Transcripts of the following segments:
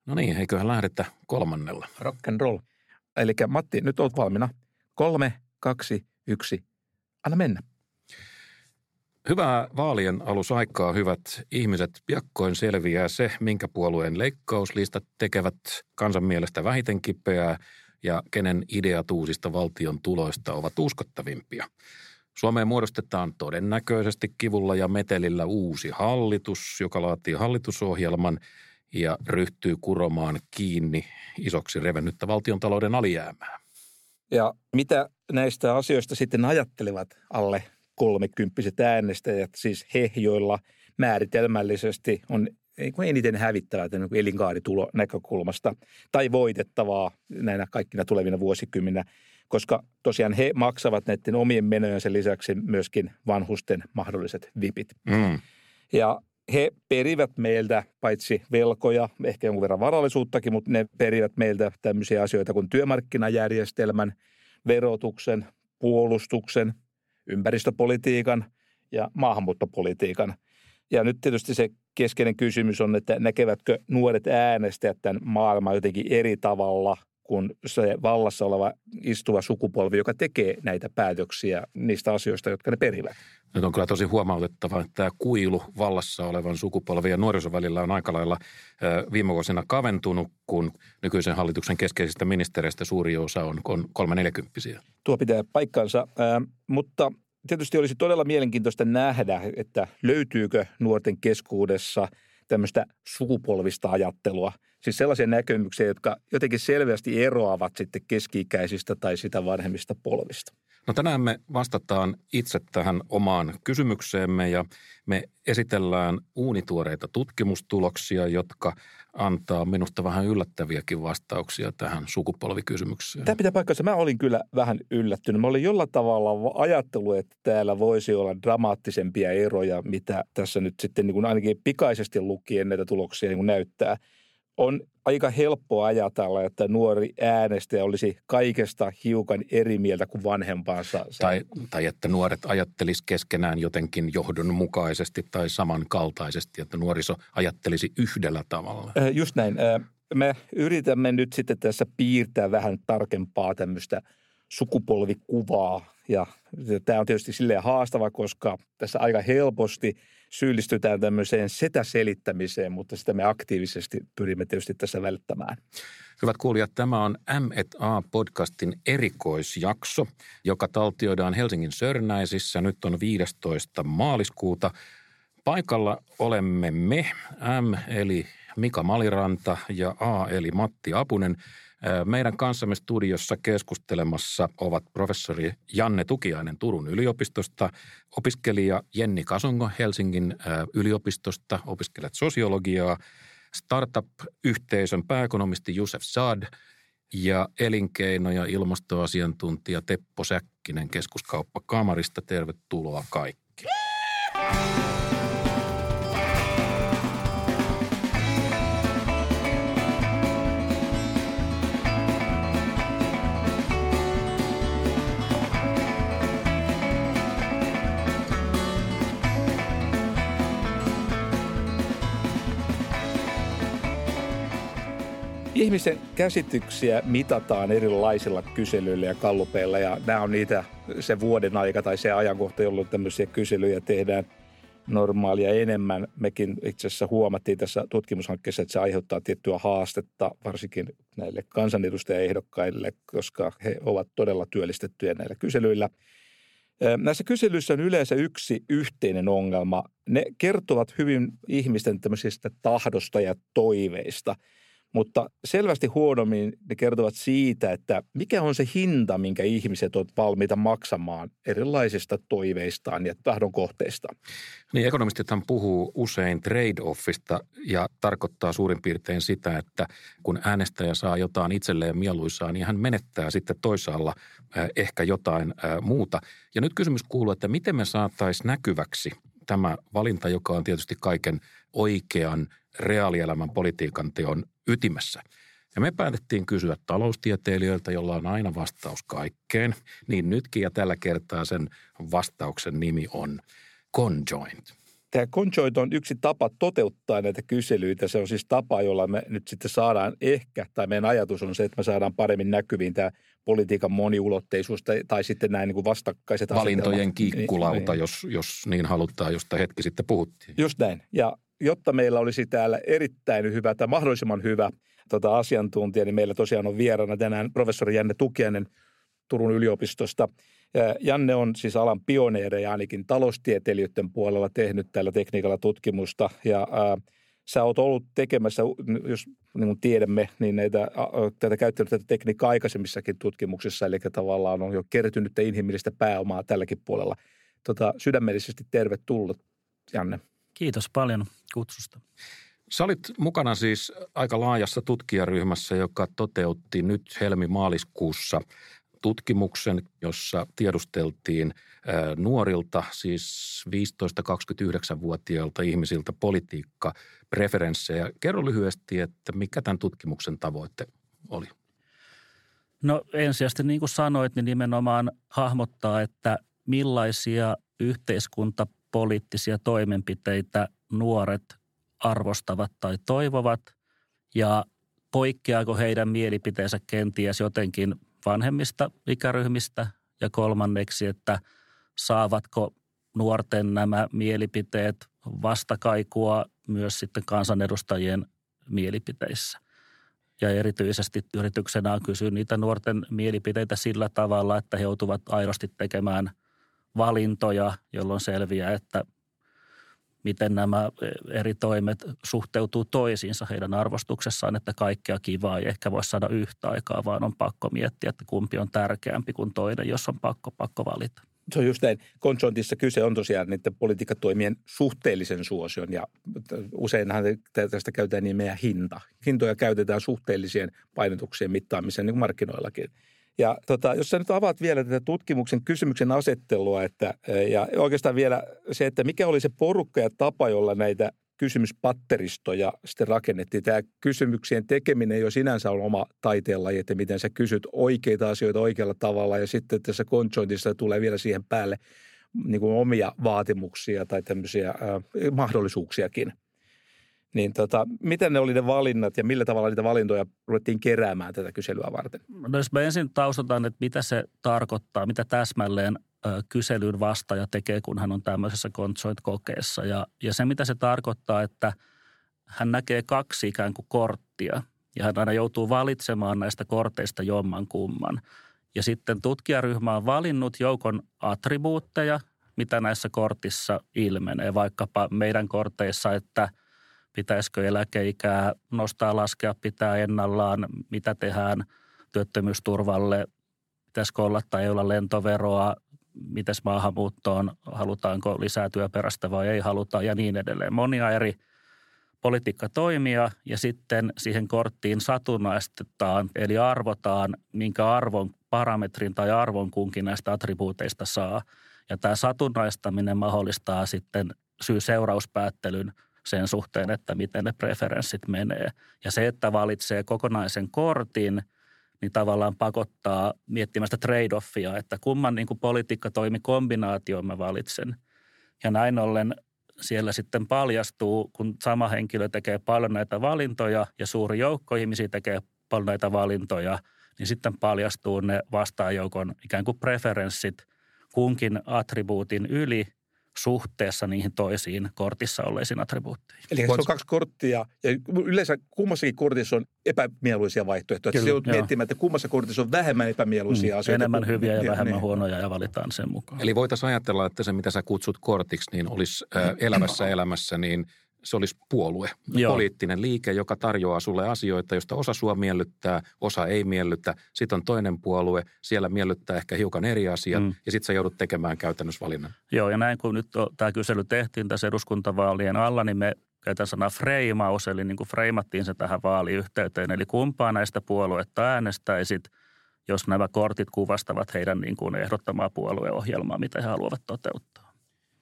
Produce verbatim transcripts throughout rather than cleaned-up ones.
No niin, eiköhän lähdetä kolmannella. Rock and roll. Eli Matti, nyt olet valmiina. Kolme, kaksi, yksi. Anna mennä. Hyvää vaalien alusaikaa, hyvät ihmiset. Piakkoin selviää se, minkä puolueen leikkauslistat tekevät kansan mielestä vähiten kipeää ja kenen ideat uusista valtion tuloista ovat uskottavimpia. Suomeen muodostetaan todennäköisesti kivulla ja metelillä uusi hallitus, joka laatii hallitusohjelman ja ryhtyy kuromaan kiinni isoksi revennyttä valtiontalouden alijäämää. Ja mitä näistä asioista sitten ajattelevat alle kolmekymppiset äänestäjät, siis he, joilla määritelmällisesti on eniten hävittävää elinkaaritulo näkökulmasta tai voitettavaa näinä kaikkina tulevina vuosikymmeninä, koska tosiaan he maksavat näiden omien menojensa lisäksi myöskin vanhusten mahdolliset vipit. Mm. Ja he perivät meiltä paitsi velkoja, ehkä jonkun verran varallisuuttakin, mutta ne perivät meiltä tämmöisiä asioita kuin työmarkkinajärjestelmän, verotuksen, puolustuksen, ympäristöpolitiikan ja maahanmuuttopolitiikan. Ja nyt tietysti se keskeinen kysymys on, että näkevätkö nuoret äänestäjät tämän maailman jotenkin eri tavalla kuin se vallassa oleva istuva sukupolvi, joka tekee näitä päätöksiä niistä asioista, jotka ne perivät. Nyt on kyllä tosi huomautettava, että tämä kuilu vallassa olevan sukupolven ja nuorison välillä on aika lailla viime vuosina kaventunut, kun nykyisen hallituksen keskeisistä ministereistä suuri osa on, on kolme neljäkymppisiä. Tuo pitää paikkansa, äh, mutta tietysti olisi todella mielenkiintoista nähdä, että löytyykö nuorten keskuudessa tämmöistä sukupolvista ajattelua. Siis sellaisia näkemyksiä, jotka jotenkin selvästi eroavat sitten keski-ikäisistä tai sitä vanhemmista polvista. No tänään me vastataan itse tähän omaan kysymykseemme ja me esitellään uunituoreita tutkimustuloksia, jotka antaa minusta vähän yllättäviäkin vastauksia tähän sukupolvikysymykseen. Tämä pitää paikkansa. Mä olin kyllä vähän yllättynyt. Mä olin jollain tavalla ajatellut, että täällä voisi olla dramaattisempia eroja, mitä tässä nyt sitten niin kuin ainakin pikaisesti lukien näitä tuloksia niin kuin näyttää. On aika helppo ajatella, että nuori äänestäjä olisi kaikesta hiukan eri mieltä kuin vanhempansa. Tai, tai että nuoret ajattelisi keskenään jotenkin johdonmukaisesti tai samankaltaisesti, että nuoriso ajattelisi yhdellä tavalla. Just näin. Me yritämme nyt sitten tässä piirtää vähän tarkempaa tämmöistä sukupolvikuvaa. Ja tämä on tietysti silleen haastava, koska tässä aika helposti syyllistytään tämmöiseen setäselittämiseen, mutta sitä me aktiivisesti pyrimme tietysti tässä välttämään. Hyvät kuulijat, tämä on M et A-podcastin erikoisjakso, joka taltioidaan Helsingin Sörnäisissä. Nyt on viidestoista maaliskuuta. Paikalla olemme me, M eli Mika Maliranta ja A eli Matti Apunen. Meidän kanssamme studiossa keskustelemassa ovat professori Janne Tukiainen Turun yliopistosta, opiskelija Jenni Kasongo Helsingin yliopistosta, opiskelet sosiologiaa, startup-yhteisön pääekonomisti Youssef Saad ja elinkeino- ja ilmastoasiantuntija Teppo Säkkinen Keskuskauppakamarista. Tervetuloa kaikki. Ihmisen käsityksiä mitataan erilaisilla kyselyillä ja gallupeilla ja nämä on niitä se vuoden aika tai se ajankohta, jolloin tämmöisiä kyselyjä tehdään normaalia enemmän. Mekin itse asiassa huomattiin tässä tutkimushankkeessa, että se aiheuttaa tiettyä haastetta varsinkin näille kansanedustajaehdokkaille, koska he ovat todella työllistettyjä näillä kyselyillä. Näissä kyselyissä on yleensä yksi yhteinen ongelma. Ne kertovat hyvin ihmisten tämmöisistä tahdosta ja toiveista. Mutta selvästi huonommin ne kertovat siitä, että mikä on se hinta, minkä ihmiset ovat valmiita maksamaan erilaisista toiveistaan ja tahdon kohteistaan. Niin, ekonomistithan puhuu usein trade-offista ja tarkoittaa suurin piirtein sitä, että kun äänestäjä saa jotain itselleen mieluisaa, niin hän menettää sitten toisaalla ehkä jotain muuta. Ja nyt kysymys kuuluu, että miten me saataisiin näkyväksi tämä valinta, joka on tietysti kaiken oikean reaalielämän politiikan teon ytimessä. Ja me päätettiin kysyä taloustieteilijöiltä, jolla on aina vastaus kaikkeen, niin nytkin ja tällä kertaa sen vastauksen nimi on conjoint. tämä Conjoint on yksi tapa toteuttaa näitä kyselyitä. Se on siis tapa, jolla me nyt sitten saadaan ehkä, tai meidän ajatus on se, että me saadaan paremmin näkyviin tämä politiikan moniulotteisuus tai, tai sitten nämä niin kuin vastakkaiset valintojen kiikkulauta, niin, jos, jos niin halutaan, josta hetki sitten puhuttiin. Just näin. Ja jotta meillä olisi täällä erittäin hyvä tai mahdollisimman hyvä tota, asiantuntija, niin meillä tosiaan on vieraana tänään professori Janne Tukiainen Turun yliopistosta. Janne on siis alan pioneereja ainakin taloustieteilijöiden puolella tehnyt tällä tekniikalla tutkimusta ja ää, sä oot ollut tekemässä, jos niin kuin tiedämme, niin näitä, tätä käyttänyt tätä tekniikkaa aikaisemmissakin tutkimuksissa, eli tavallaan on jo kertynyttä inhimillistä pääomaa tälläkin puolella. Tota, sydämellisesti tervetullut, Janne. Kiitos paljon kutsusta. Sä olit mukana siis aika laajassa tutkijaryhmässä, joka toteutti nyt helmi-maaliskuussa tutkimuksen, jossa tiedusteltiin nuorilta, siis viisitoista-kaksikymmentäyhdeksänvuotiailta ihmisiltä politiikkapreferenssejä. Kerro lyhyesti, että mikä tämän tutkimuksen tavoite oli? No ensisijaisesti niin kuin sanoit, niin nimenomaan hahmottaa, että millaisia yhteiskuntapoliittisia toimenpiteitä nuoret arvostavat tai toivovat ja poikkeaako heidän mielipiteensä kenties jotenkin vanhemmista ikäryhmistä ja kolmanneksi, että saavatko nuorten nämä mielipiteet vastakaikua myös sitten kansanedustajien mielipiteissä. Ja erityisesti yrityksenä on kysyä niitä nuorten mielipiteitä sillä tavalla, että he joutuvat aidosti tekemään valintoja, jolloin selviää, että miten nämä eri toimet suhteutuu toisiinsa heidän arvostuksessaan, että kaikkea kivaa ei ehkä voi saada yhtä aikaa, vaan on pakko miettiä, että kumpi on tärkeämpi kuin toinen, jos on pakko, pakko valita. Se on just näin. Conjointissa kyse on tosiaan niiden politiikkatoimien suhteellisen suosion ja useinhan tästä käytetään nimeä hinta. Hintoja käytetään suhteellisien painotuksien mittaamiseen niin kuin markkinoillakin. Ja tota, jos sä nyt avaat vielä tätä tutkimuksen kysymyksen asettelua, että, ja oikeastaan vielä se, että mikä oli se porukka ja tapa, jolla näitä kysymyspatteristoja sitten rakennettiin. Tämä kysymyksien tekeminen ei ole sinänsä on oma taiteenlaji, että miten sä kysyt oikeita asioita oikealla tavalla ja sitten tässä Conjointissa tulee vielä siihen päälle niin kuin omia vaatimuksia tai tämmöisiä äh, mahdollisuuksiakin. Niin tota, miten ne oli ne valinnat ja millä tavalla niitä valintoja ruvettiin keräämään tätä kyselyä varten? No jos mä ensin taustataan, että mitä se tarkoittaa, mitä täsmälleen ö, kyselyn vastaaja tekee, kun hän on tämmöisessä Conjoint-kokeessa. Ja, ja se, mitä se tarkoittaa, että hän näkee kaksi ikään kuin korttia ja hän aina joutuu valitsemaan näistä korteista jomman kumman. Ja sitten tutkijaryhmä on valinnut joukon attribuutteja, mitä näissä kortissa ilmenee, vaikkapa meidän korteissa, että pitäisikö eläkeikää nostaa, laskea, pitää ennallaan, mitä tehdään työttömyysturvalle, pitäisikö olla tai ei olla lentoveroa, mites maahanmuuttoon, halutaanko lisää työperäistä vai ei haluta ja niin edelleen. Monia eri politiikkatoimia ja sitten siihen korttiin satunnaistetaan, eli arvotaan, minkä arvon parametrin tai arvon kunkin näistä attribuuteista saa. Ja tämä satunnaistaminen mahdollistaa sitten syy-seurauspäättelyn sen suhteen, että miten ne preferenssit menee. Ja se, että valitsee kokonaisen kortin, niin tavallaan pakottaa miettimästä trade-offia, että kumman niin kuin politiikkatoimikombinaation mä valitsen. Ja näin ollen siellä sitten paljastuu, kun sama henkilö tekee paljon näitä valintoja ja suuri joukko ihmisiä tekee paljon näitä valintoja, niin sitten paljastuu ne vastaajoukon ikään kuin preferenssit kunkin attribuutin yli suhteessa niihin toisiin kortissa olleisiin attribuutteihin. Eli se on kaksi korttia ja yleensä kummassakin kortissa on epämieluisia vaihtoehtoja. Kyllä, se joudut miettimään, että kummassa kortissa on vähemmän epämieluisia mm, asioita. Enemmän hyviä ja, ja vähemmän niin. huonoja ja valitaan sen mukaan. Eli voitaisiin ajatella, että se mitä sä kutsut kortiksi, niin olisi äh, elävässä elämässä, niin se olisi puolue, Joo. poliittinen liike, joka tarjoaa sulle asioita, joista osa sua miellyttää, osa ei miellytä. Sitten on toinen puolue, siellä miellyttää ehkä hiukan eri asiat mm. ja sitten sä joudut tekemään käytännössä valinnan. Joo, ja näin kun nyt tämä kysely tehtiin tässä eduskuntavaalien alla, niin me käytetään sanaa freimaus, eli niin kuin freimattiin se tähän vaaliyhteyteen. Eli kumpaa näistä puoluetta äänestäisit, jos nämä kortit kuvastavat heidän niin kuin ehdottamaa puolueohjelmaa, mitä he haluavat toteuttaa.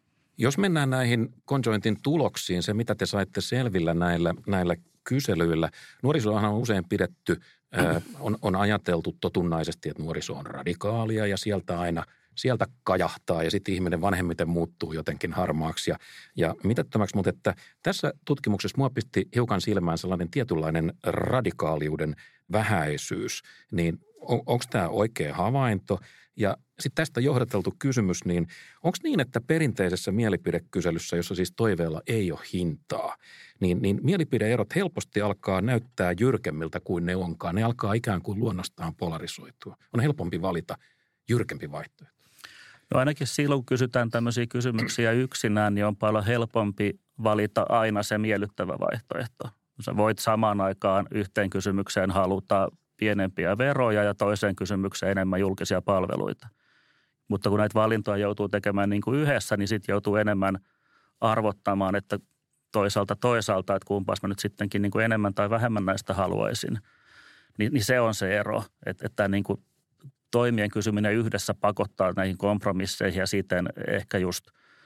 Jos mennään näihin Conjointin tuloksiin, se mitä te saitte selvillä näillä, näillä kyselyillä. Nuorisoahan on usein pidetty, ää, on, on ajateltu totunnaisesti, että nuoriso on radikaalia ja sieltä aina sieltä kajahtaa ja sitten ihminen vanhemmiten muuttuu jotenkin harmaaksi ja, ja mitättömäksi. Mutta että tässä tutkimuksessa mua pisti hiukan silmään sellainen tietynlainen radikaaliuden vähäisyys. Niin on, onko tämä oikea havainto? Ja sitten tästä johdateltu kysymys, niin onko niin, että perinteisessä mielipidekyselyssä, jossa siis toiveella ei ole hintaa, niin, niin mielipideerot helposti alkaa näyttää jyrkemmiltä kuin ne onkaan. Ne alkaa ikään kuin luonnostaan polarisoitua. On helpompi valita jyrkempi vaihtoehto. No ainakin silloin, kun kysytään tämmöisiä kysymyksiä yksinään, niin on paljon helpompi valita aina se miellyttävä vaihtoehto. Sä voit samaan aikaan yhteen kysymykseen haluta pienempiä veroja ja toiseen kysymykseen enemmän julkisia palveluita. Mutta kun näitä valintoja joutuu tekemään niin kuin yhdessä, niin sitten joutuu enemmän arvottamaan, että toisaalta toisaalta, että kumpas mä nyt sittenkin niin kuin enemmän tai vähemmän näistä haluaisin. Ni, niin se on se ero, että, että niin kuin toimien kysyminen yhdessä pakottaa näihin kompromisseihin ja siten ehkä just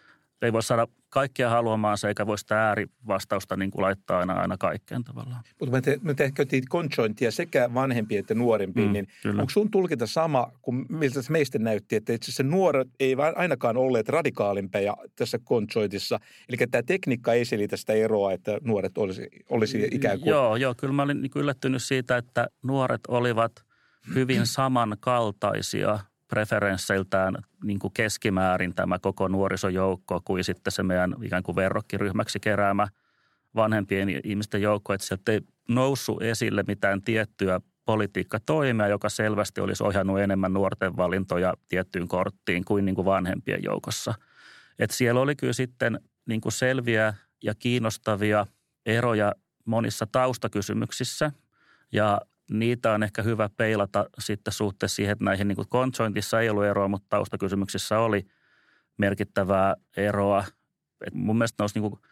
ei voi saada kaikkia haluamaansa eikä voi sitä äärivastausta niin kuin laittaa aina, aina kaikkeen tavallaan. Mutta me, te, me te käytiin conjointia sekä vanhempia että nuorempiin, mm, niin kyllä. Onko sun tulkinta sama kuin miltä se meistä näytti, että itse asiassa nuoret ei ainakaan olleet radikaalimpia tässä conjointissa, eli tämä tekniikka ei selitä sitä eroa, että nuoret olisi, olisi ikään kuin... Joo, joo, kyllä mä olin niin kuin yllättynyt siitä, että nuoret olivat hyvin samankaltaisia preferensseiltään niin kuin keskimäärin tämä koko nuorisojoukko kuin sitten se meidän ikään kuin verrokkiryhmäksi keräämä vanhempien ihmisten joukko, että sieltä ei noussut esille mitään tiettyä politiikkatoimea, joka selvästi olisi ohjannut enemmän nuorten valintoja tiettyyn korttiin kuin, niin kuin vanhempien joukossa. Että siellä oli kyllä sitten niin kuin selviä ja kiinnostavia eroja monissa taustakysymyksissä ja niitä on ehkä hyvä peilata sitten suhteessa siihen, että näihin niin kuin conjointissa ei ollut eroa, mutta taustakysymyksissä oli merkittävää eroa. Et mun mielestä nousi niin kuin,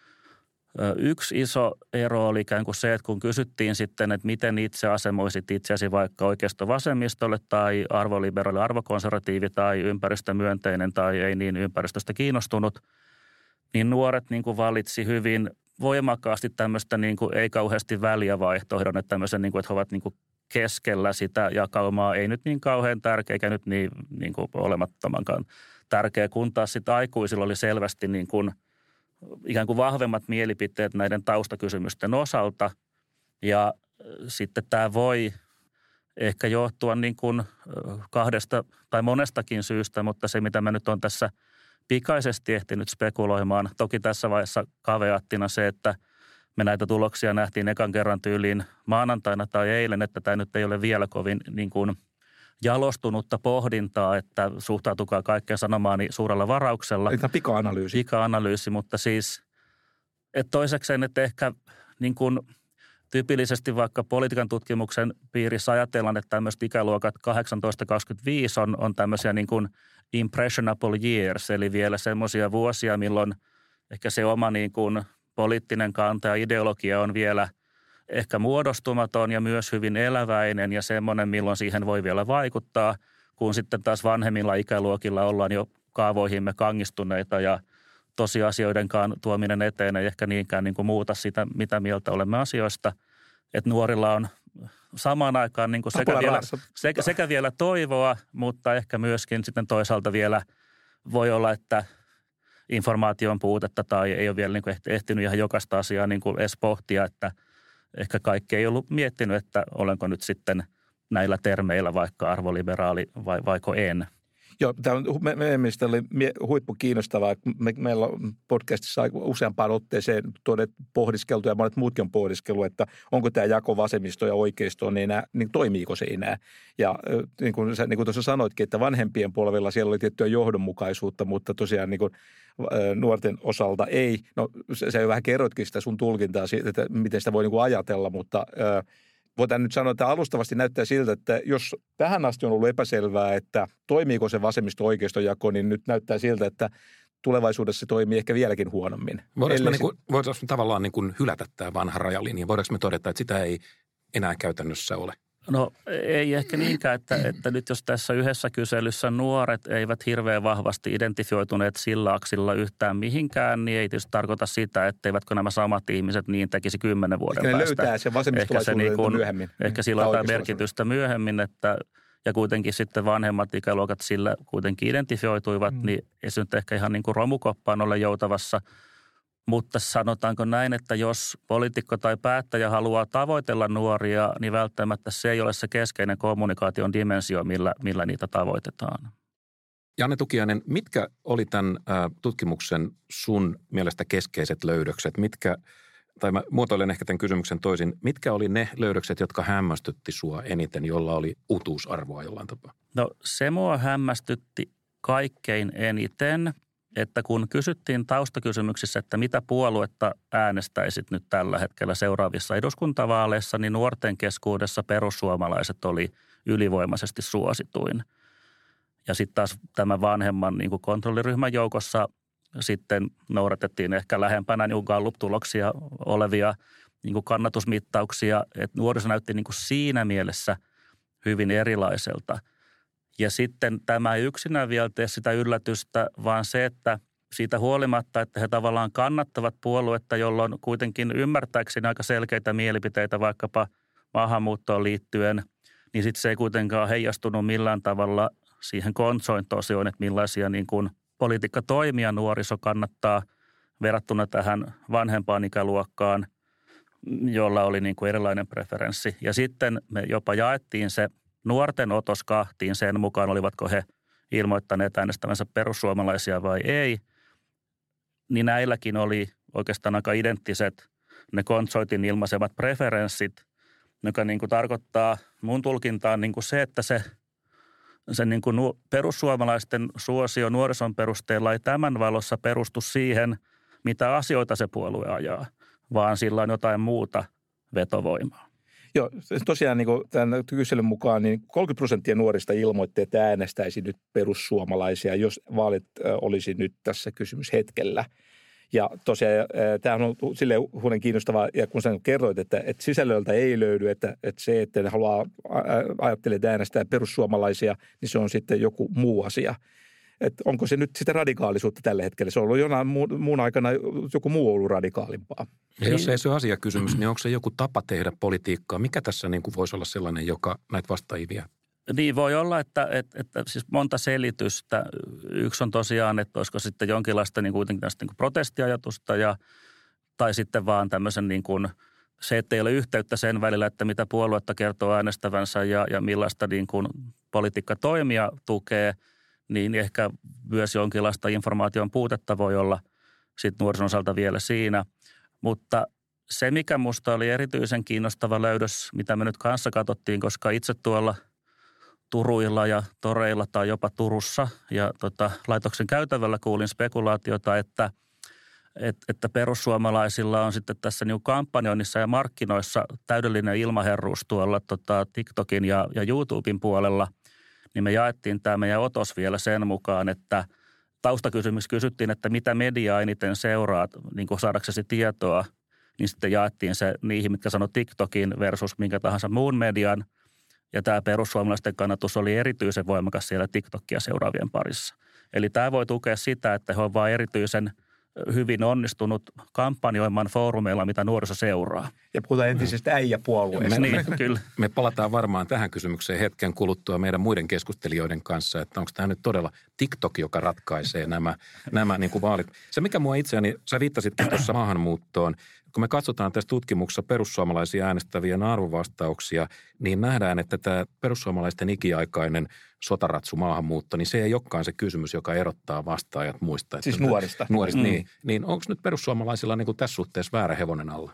yksi iso ero oli ikään kuin se, että kun kysyttiin sitten, että miten itse asemoisit itseäsi vaikka oikeisto-vasemmistolle tai arvoliberaali, arvokonservatiivi tai ympäristömyönteinen tai ei niin ympäristöstä kiinnostunut, niin nuoret niin kuin valitsi hyvin voimakkaasti tämmöistä niin kuin ei kauheasti väliä vaihtoehdon, että tämmöisen, niin kuin, että he ovat niin kuin keskellä sitä jakaumaa, ei nyt niin kauhean tärkeä, eikä nyt niin, niin kuin olemattomankaan tärkeä, kun taas sitten aikuisilla oli selvästi niin kuin ikään kuin vahvemmat mielipiteet näiden taustakysymysten osalta. Ja sitten tämä voi ehkä johtua niin kuin kahdesta tai monestakin syystä, mutta se mitä mä nyt on tässä pikaisesti ehtinyt spekuloimaan. Toki tässä vaiheessa kaveattina se, että me näitä tuloksia nähtiin ekan kerran tyyliin maanantaina tai eilen, että tämä nyt ei ole vielä kovin niin kuin jalostunutta pohdintaa, että suhtautukaa kaikkeen sanomaani suurella varauksella. Tämä pika-analyysi. Pika-analyysi, mutta siis että toisekseen, että ehkä niin kuin tyypillisesti vaikka politiikan tutkimuksen piirissä ajatellaan, että tämmöiset ikäluokat kahdeksantoista kaksikymmentäviisi on, on tämmöisiä niin kuin impressionable years, eli vielä semmoisia vuosia, milloin ehkä se oma niin kuin poliittinen kanta ja ideologia on vielä ehkä muodostumaton ja myös hyvin eläväinen ja semmoinen, milloin siihen voi vielä vaikuttaa, kun sitten taas vanhemmilla ikäluokilla ollaan jo kaavoihimme kangistuneita ja tosiasioidenkaan tuominen eteen ei ehkä niinkään niin kuin muuta sitä, mitä mieltä olemme asioista. Että nuorilla on samaan aikaan niin kuin sekä, vielä, sekä, sekä vielä toivoa, mutta ehkä myöskin sitten toisaalta vielä voi olla, että informaation puutetta tai ei ole vielä niin kuin ehtinyt ihan jokaista asiaa niin kuin edes pohtia, että ehkä kaikki ei ollut miettinyt, että olenko nyt sitten näillä termeillä vaikka arvoliberaali vai vaiko en. Joo, tämä on me, me mielestä oli huippu kiinnostavaa. Me, meillä on podcastissa useampaan otteeseen todet, pohdiskeltu ja monet muutkin on pohdiskeltu, että onko tämä jako vasemmisto ja oikeisto, niin, enää, niin toimiiko se enää. Ja niin kuin, niin kuin tuossa sanoitkin, että vanhempien polvilla siellä oli tiettyä johdonmukaisuutta, mutta tosiaan niin kuin, nuorten osalta ei. No se, se vähän kerrotkin sitä sun tulkintaa siitä, että miten sitä voi niin kuin ajatella, mutta voidaan nyt sanoa, että alustavasti näyttää siltä, että jos tähän asti on ollut epäselvää, että toimiiko se vasemmisto-oikeistojako, niin nyt näyttää siltä, että tulevaisuudessa se toimii ehkä vieläkin huonommin. Voidaanko me, niin kuin, voidaanko me tavallaan niin kuin hylätä tämä vanha rajalinja? Voidaanko me todeta, että sitä ei enää käytännössä ole? No ei ehkä niinkään, että, että nyt jos tässä yhdessä kyselyssä nuoret eivät hirveän vahvasti identifioituneet sillä aksilla yhtään mihinkään, niin ei tietysti tarkoita sitä, etteivätkö nämä samat ihmiset niin tekisi kymmenen vuoden ehkä päästä. Löytää sen vasemmistolaisuuden niin myöhemmin. Ehkä sillä on merkitystä myöhemmin, että ja kuitenkin sitten vanhemmat ikäluokat sillä kuitenkin identifioituivat, mm. niin ei se nyt ehkä ihan niin kuin romukoppaan ole joutavassa. Mutta sanotaanko näin, että jos poliitikko tai päättäjä haluaa tavoitella nuoria, niin välttämättä se ei ole se keskeinen kommunikaation dimensio, millä, millä niitä tavoitetaan. Janne Tukiainen, mitkä oli tämän tutkimuksen sun mielestä keskeiset löydökset? Mitkä, tai mä muotoilen ehkä tämän kysymyksen toisin, mitkä oli ne löydökset, jotka hämmästytti sua eniten, jolla oli uutuusarvoa jollain tapaa? No se mua hämmästytti kaikkein eniten, että kun kysyttiin taustakysymyksissä, että mitä puoluetta äänestäisit nyt tällä hetkellä seuraavissa eduskuntavaaleissa, niin nuorten keskuudessa perussuomalaiset oli ylivoimaisesti suosituin. Ja sitten taas tämän vanhemman niin kuin kontrolliryhmän joukossa sitten noudatettiin ehkä lähempänä niin kuin Gallup-tuloksia olevia niin kuin kannatusmittauksia, että nuoriso näytti niin kuin siinä mielessä hyvin erilaiselta. Ja sitten tämä ei yksinään vielä tee sitä yllätystä, vaan se, että siitä huolimatta, että he tavallaan kannattavat puoluetta, jolla on kuitenkin ymmärtääkseni aika selkeitä mielipiteitä vaikkapa maahanmuuttoon liittyen, niin sitten se ei kuitenkaan heijastunut millään tavalla siihen konsointosioon, että millaisia niin kuin politiikkatoimia nuoriso kannattaa verrattuna tähän vanhempaan ikäluokkaan, jolla oli niin kuin erilainen preferenssi. Ja sitten me jopa jaettiin se nuorten otos kahtiin sen mukaan, olivatko he ilmoittaneet äänestävänsä perussuomalaisia vai ei, niin näilläkin oli oikeastaan aika identtiset ne konsoitin ilmaisemat preferenssit, joka niin kuin tarkoittaa mun tulkintaan niin kuin se, että se, se niin kuin perussuomalaisten suosio nuorison perusteella ei tämän valossa perustu siihen, mitä asioita se puolue ajaa, vaan sillä on jotain muuta vetovoimaa. Joo, tosiaan niin kuin tämän kyselyn mukaan niin kolmekymmentä prosenttia nuorista ilmoitti, että äänestäisi nyt perussuomalaisia, jos vaalit olisi nyt tässä kysymyshetkellä. Ja tosiaan tämä on silleen huolen kiinnostavaa, ja kun sä kerroit, että, että sisällöltä ei löydy, että, että se, että ne haluaa ajattelee, että äänestää perussuomalaisia, niin se on sitten joku muu asia. Että onko se nyt sitä radikaalisuutta tällä hetkellä? Se on ollut jonain muun aikana joku muu ollut radikaalimpaa. Ja jos ei se ole asiakysymys, niin onko se joku tapa tehdä politiikkaa? Mikä tässä niin kuin voisi olla sellainen, joka näitä vastaajia vie? Niin voi olla, että, että, että siis monta selitystä. Yksi on tosiaan, että olisiko sitten jonkinlaista niin kuitenkin tästä niin kuin protestiajatusta ja, tai sitten vaan tämmöisen niin kuin se, että ei ole yhteyttä sen välillä, että mitä puoluetta kertoo äänestävänsä ja, ja millaista niin kuin politiikkatoimia tukee, niin ehkä myös jonkinlaista informaation puutetta voi olla sitten nuorison osalta vielä siinä. Mutta se, mikä musta oli erityisen kiinnostava löydös, mitä me nyt kanssa katsottiin, koska itse tuolla Turuilla ja toreilla tai jopa Turussa ja tota, laitoksen käytävällä kuulin spekulaatiota, että, et, että perussuomalaisilla on sitten tässä niin kampanjoinnissa ja markkinoissa täydellinen ilmaherruus tuolla tota, TikTokin ja, ja YouTuben puolella. Niin me jaettiin tämä meidän otos vielä sen mukaan, että taustakysymys kysyttiin, että mitä mediaa eniten seuraat, niin kuin saadaksesi tietoa, niin sitten jaettiin se niihin, mitkä sanoi TikTokin versus minkä tahansa muun median. Ja tämä perussuomalaisten kannatus oli erityisen voimakas siellä TikTokia seuraavien parissa. Eli tämä voi tukea sitä, että he ovat vain erityisen hyvin onnistunut kampanjoimaan foorumeilla, mitä nuoriso seuraa. Ja puhutaan entisestä äijäpuolueesta. Niin, kyllä. Me palataan varmaan tähän kysymykseen hetken kuluttua meidän muiden keskustelijoiden kanssa, että onko tämä nyt todella TikTok, joka ratkaisee nämä, nämä niin kuin vaalit. Se, mikä mua itseäni, sä viittasit tuossa maahanmuuttoon, kun me katsotaan tässä tutkimuksessa perussuomalaisia äänestävien arvovastauksia, niin nähdään, että tämä perussuomalaisten ikiaikainen sotaratsu maahanmuutto, niin se ei olekaan se kysymys, joka erottaa vastaajat muista. Että siis nuorista. Nuorista, mm. niin. Niin onko nyt perussuomalaisilla niin kuin tässä suhteessa väärä hevonen alla?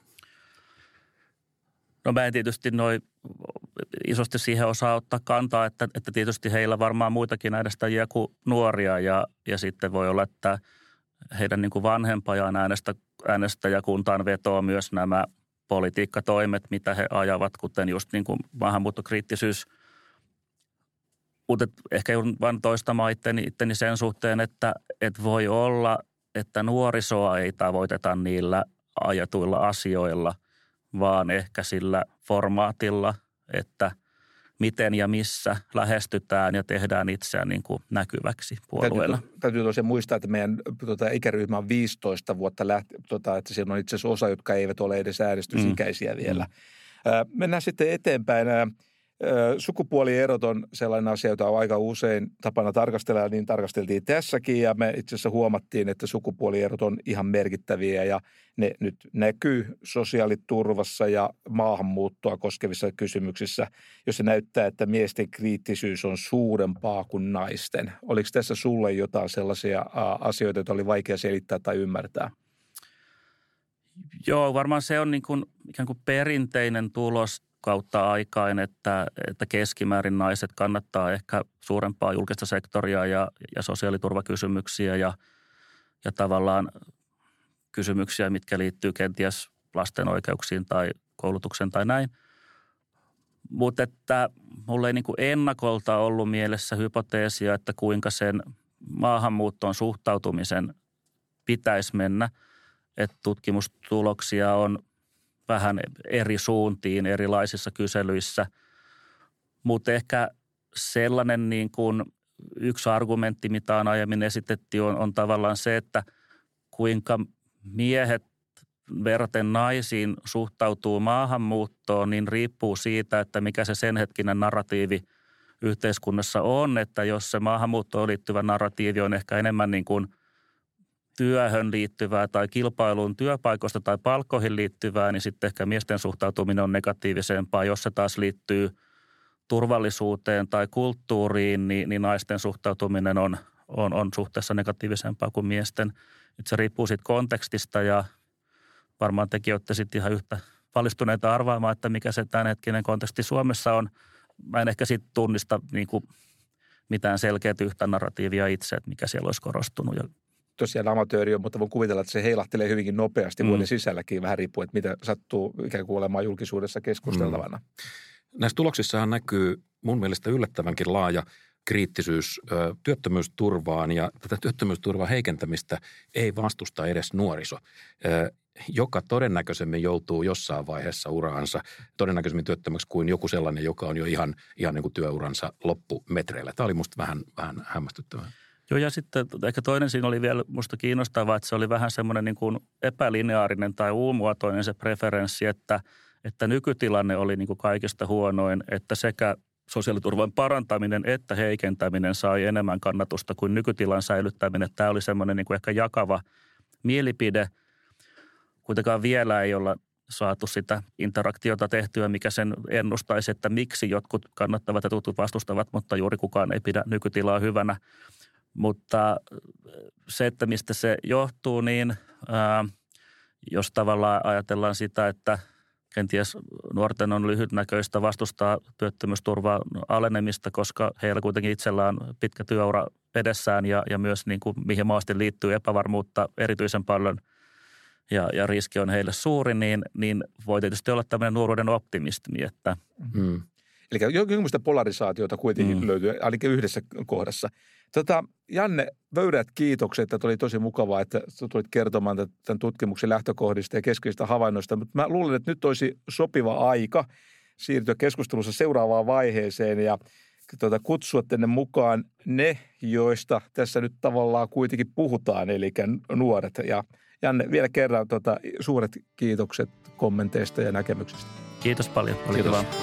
No mä en tietysti noin isosti siihen osaa ottaa kantaa, että, että tietysti heillä varmaan muitakin äänestäjiä kuin nuoria ja, ja sitten voi olla, että heidän niin kuin vanhempajaan äänestä, äänestäjäkuntaan vetoo myös nämä politiikkatoimet, mitä he ajavat, kuten just niin kuin maahanmuuttokriittisyys. Mutta ehkä joudun vain toistamaan itteni, itteni sen suhteen, että, että voi olla, että nuorisoa ei tavoiteta niillä ajatuilla asioilla, vaan ehkä sillä formaatilla, että miten ja missä lähestytään ja tehdään itseään niin kuin näkyväksi puolueella. Täytyy, täytyy tosiaan muistaa, että meidän tota, ikäryhmä on viisitoista vuotta lähti, tota, että siellä on itse asiassa osa, jotka eivät ole edes äänestysikäisiä mm. vielä. Mm. Äh, mennään sitten eteenpäin. Äh, Sukupuolierot on sellainen asia, jota on aika usein tapana tarkastella, ja niin tarkasteltiin tässäkin, ja me itse asiassa huomattiin, että sukupuolierot on ihan merkittäviä, ja ne nyt näkyy sosiaaliturvassa ja maahanmuuttoa koskevissa kysymyksissä, jossa näyttää, että miesten kriittisyys on suurempaa kuin naisten. Oliko tässä sulle jotain sellaisia asioita, joita oli vaikea selittää tai ymmärtää? Joo, varmaan se on niin kuin, ikään kuin perinteinen tulos kautta aikaan, että, että keskimäärin naiset kannattaa ehkä suurempaa julkista sektoria ja, ja sosiaaliturvakysymyksiä ja, ja tavallaan kysymyksiä, mitkä liittyy kenties lasten oikeuksiin tai koulutukseen tai näin. Mutta että mulla ei niin kuin ennakolta ollut mielessä hypoteesia, että kuinka sen maahanmuuttoon suhtautumisen pitäisi mennä, että tutkimustuloksia on vähän eri suuntiin erilaisissa kyselyissä, mutta ehkä sellainen niin kuin yksi argumentti, mitä on aiemmin esitetty, on, on tavallaan se, että kuinka miehet verraten naisiin suhtautuu maahanmuuttoon, niin riippuu siitä, että mikä se sen hetkinen narratiivi yhteiskunnassa on, että jos se maahanmuuttoon liittyvä narratiivi on ehkä enemmän niin kuin työhön liittyvää tai kilpailuun työpaikoista tai palkkoihin liittyvää, niin sitten ehkä miesten suhtautuminen on negatiivisempaa. Jos se taas liittyy turvallisuuteen tai kulttuuriin, niin, niin naisten suhtautuminen on, on, on suhteessa negatiivisempaa kuin miesten. Nyt se riippuu siitä kontekstista ja varmaan tekin olette sitten ihan yhtä valistuneita arvaamaan, että mikä se tämänhetkinen konteksti Suomessa on. Mä en ehkä sitten tunnista niin kuin mitään selkeät yhtä narratiivia itse, että mikä siellä olisi korostunut. Tosiaan amatööri on, mutta voin kuvitella, että se heilahtelee hyvinkin nopeasti mm. vuoden sisälläkin, vähän riippuu, että mitä sattuu ikään kuin olemaan julkisuudessa keskusteltavana. Mm. Näissä tuloksissahan näkyy mun mielestä yllättävänkin laaja kriittisyys ö, työttömyysturvaan, ja tätä työttömyysturvan heikentämistä ei vastusta edes nuoriso, ö, joka todennäköisemmin joutuu jossain vaiheessa uraansa todennäköisemmin työttömäksi kuin joku sellainen, joka on jo ihan, ihan niin kuin työuransa loppumetreillä. Tämä oli musta vähän, vähän hämmästyttävää. Joo, ja sitten ehkä toinen siinä oli vielä musta kiinnostavaa, että se oli vähän semmoinen niin kuin epälineaarinen tai uumuotoinen se preferenssi, että, että nykytilanne oli niin kuin kaikista huonoin, että sekä sosiaaliturvan parantaminen että heikentäminen sai enemmän kannatusta kuin nykytilan säilyttäminen. Tämä oli semmoinen niin kuin ehkä jakava mielipide. Kuitenkaan vielä ei olla saatu sitä interaktiota tehtyä, mikä sen ennustaisi, että miksi jotkut kannattavat ja jotkut vastustavat, mutta juuri kukaan ei pidä nykytilaa hyvänä. Mutta se, että mistä se johtuu, niin ää, jos tavallaan ajatellaan sitä, että kenties nuorten on lyhytnäköistä vastustaa työttömyysturvaa alenemista, koska heillä kuitenkin itsellään on pitkä työura edessään ja, ja myös niin kuin mihin maasti liittyy epävarmuutta erityisen paljon ja, ja riski on heille suuri, niin, niin voi tietysti olla tämmöinen nuoruuden optimismi, että hmm. Eli jonkinlaista polarisaatiota kuitenkin mm. löytyy, ainakin yhdessä kohdassa. Tota, Janne Vöyrät, kiitokset, että oli tosi mukavaa, että tulit kertomaan tämän tutkimuksen lähtökohdista ja keskeisistä havainnoista. Mutta mä luulen, että nyt olisi sopiva aika siirtyä keskustelussa seuraavaan vaiheeseen ja tuota, kutsua tänne mukaan ne, joista tässä nyt tavallaan kuitenkin puhutaan, eli nuoret. Ja Janne, vielä kerran tuota, suuret kiitokset kommenteista ja näkemyksistä. Kiitos paljon. Oli Kiitos. Hyvä.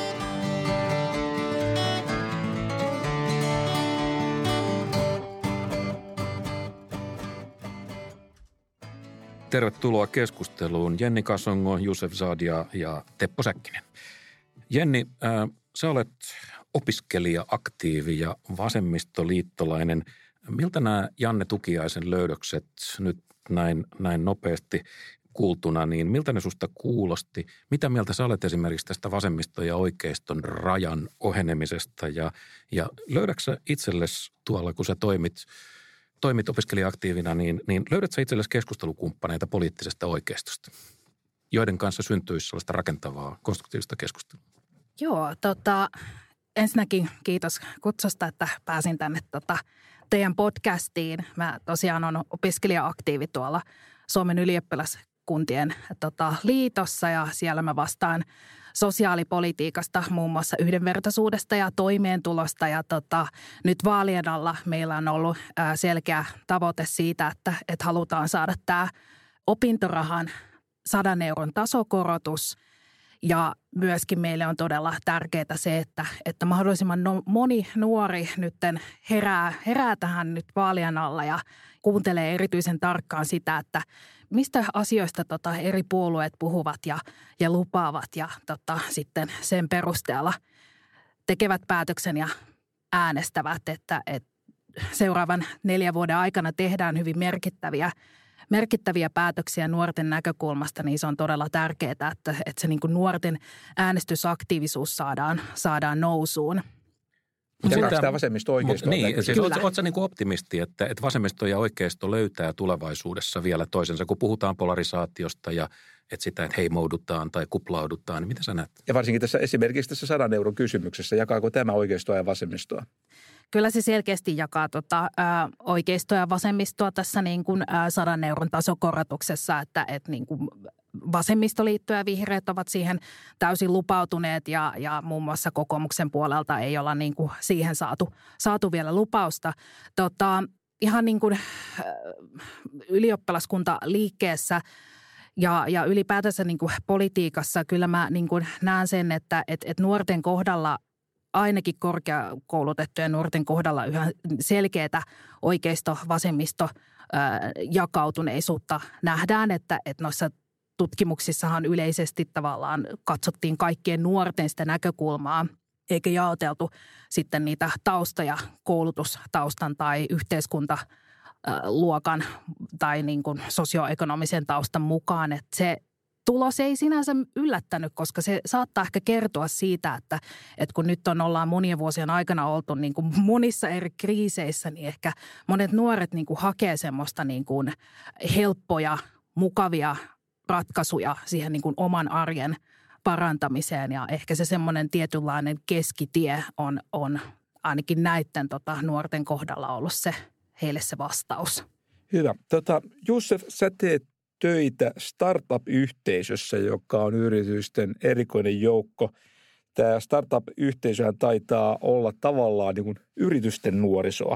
Tervetuloa keskusteluun Jenni Kasongo, Jusef Sadia ja Teppo Säkkinen. Jenni, äh, sä olet opiskelija, aktiivi ja vasemmistoliittolainen. Miltä nämä Janne Tukiaisen löydökset nyt näin, näin nopeasti kuultuna, niin miltä ne susta kuulosti? Mitä mieltä sä olet esimerkiksi tästä vasemmisto- ja oikeiston rajan ohenemisesta? Ja, ja löydätkö itsellesi tuolla, kun sä toimit toimit opiskelija-aktiivina, niin, niin löydät sä itsellesi keskustelukumppaneita poliittisesta oikeistosta, joiden kanssa syntyisi sellaista rakentavaa, konstruktiivista keskustelua? Joo, tota, ensinnäkin kiitos kutsusta, että pääsin tänne tota, teidän podcastiin. Mä tosiaan olen opiskelija-aktiivi tuolla Suomen ylioppilaskuntien tota, liitossa ja siellä mä vastaan sosiaalipolitiikasta, muun muassa yhdenvertaisuudesta ja toimeentulosta. Ja tota, nyt vaalien alla meillä on ollut ää, selkeä tavoite siitä, että, että halutaan saada tämä opintorahan sadan euron tasokorotus. Ja myöskin meille on todella tärkeää se, että, että mahdollisimman no, moni nuori nyt herää, herää tähän nyt vaalien alla ja kuuntelee erityisen tarkkaan sitä, että mistä asioista tota, eri puolueet puhuvat ja, ja lupaavat ja tota, sitten sen perusteella tekevät päätöksen ja äänestävät, että, että seuraavan neljän vuoden aikana tehdään hyvin merkittäviä merkittäviä päätöksiä nuorten näkökulmasta, niin se on todella tärkeää, että, että se niin kuin nuorten äänestysaktiivisuus saadaan, saadaan nousuun. Jakaako tämä vasemmisto oikeisto? Niin, siis oletko oot sä niin kuin optimisti, että, että vasemmisto ja oikeisto löytää tulevaisuudessa vielä toisensa, kun puhutaan polarisaatiosta ja että sitä, että heimoudutaan tai kuplaudutaan, niin mitä sä näet? Ja varsinkin tässä esimerkiksi tässä sadan euron kysymyksessä, jakaako tämä oikeistoa ja vasemmistoa? Kyllä se selkeästi jakaa tota, ä, oikeistoa ja vasemmistoa tässä niin kuin ä, sadan euron tasokorotuksessa, että et, niin kuin vasemmistoliitto ja vihreät ovat siihen täysin lupautuneet ja, ja muun muassa kokoomuksen puolelta ei olla niin kuin siihen saatu, saatu vielä lupausta. Tota, ihan niin kuin ä, ylioppilaskuntaliikkeessä ja, ja ylipäätänsä niin kuin politiikassa kyllä mä niin kuin näen sen, että et, et nuorten kohdalla ainakin korkeakoulutettujen nuorten kohdalla yhä selkeätä oikeisto-vasemmisto-jakautuneisuutta nähdään, että, että noissa tutkimuksissahan yleisesti tavallaan katsottiin kaikkien nuorten sitä näkökulmaa, eikä jaoteltu sitten niitä taustoja koulutustaustan tai yhteiskuntaluokan tai niin kuin sosioekonomisen taustan mukaan, että se tulos ei sinänsä yllättänyt, koska se saattaa ehkä kertoa siitä, että, että kun nyt on ollaan monien vuosien aikana oltu niin kuin monissa eri kriiseissä, niin ehkä monet nuoret niin kuin hakee semmoista niin kuin helppoja, mukavia ratkaisuja siihen niin kuin oman arjen parantamiseen. Ja ehkä se semmoinen tietynlainen keskitie on, on ainakin näiden tota, nuorten kohdalla ollut se, heille se vastaus. Hyvä. Tota, Jussef, sä teet töitä startup-yhteisössä, joka on yritysten erikoinen joukko. Tämä startup-yhteisöhän taitaa olla tavallaan niin kuin yritysten nuorisoa.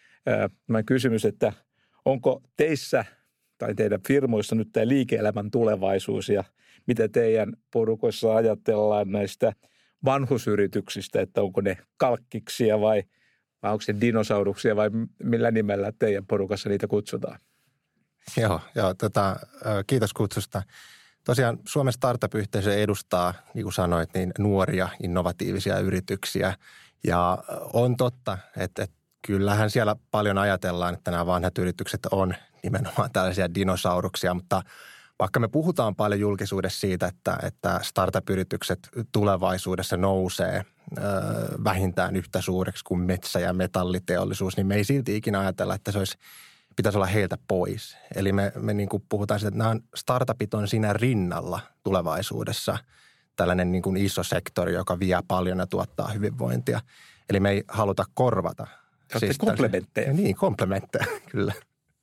Mä kysymys, että onko teissä tai teidän firmoissa nyt tämä liike-elämän tulevaisuus ja mitä teidän porukoissa ajatellaan näistä vanhusyrityksistä, että onko ne kalkkiksia vai, vai onko se dinosauruksia vai millä nimellä teidän porukassa niitä kutsutaan? Joo, joo tota, kiitos kutsusta. Tosiaan Suomen startup-yhteisö edustaa, niin kuin sanoit, niin nuoria, innovatiivisia yrityksiä. Ja on totta, että, että kyllähän siellä paljon ajatellaan, että nämä vanhat yritykset on nimenomaan tällaisia dinosauruksia, mutta vaikka me puhutaan paljon julkisuudessa siitä, että, että startup-yritykset tulevaisuudessa nousee ö, vähintään yhtä suureksi kuin metsä- ja metalliteollisuus, niin me ei silti ikinä ajatella, että se olisi pitäisi olla heiltä pois. Eli me, me niin kuin puhutaan siitä, että nämä startupit on siinä rinnalla tulevaisuudessa tällainen niin kuin iso sektori, joka vie paljon ja tuottaa hyvinvointia. Eli me ei haluta korvata. Siis komplementteja. Niin, komplementteja, kyllä.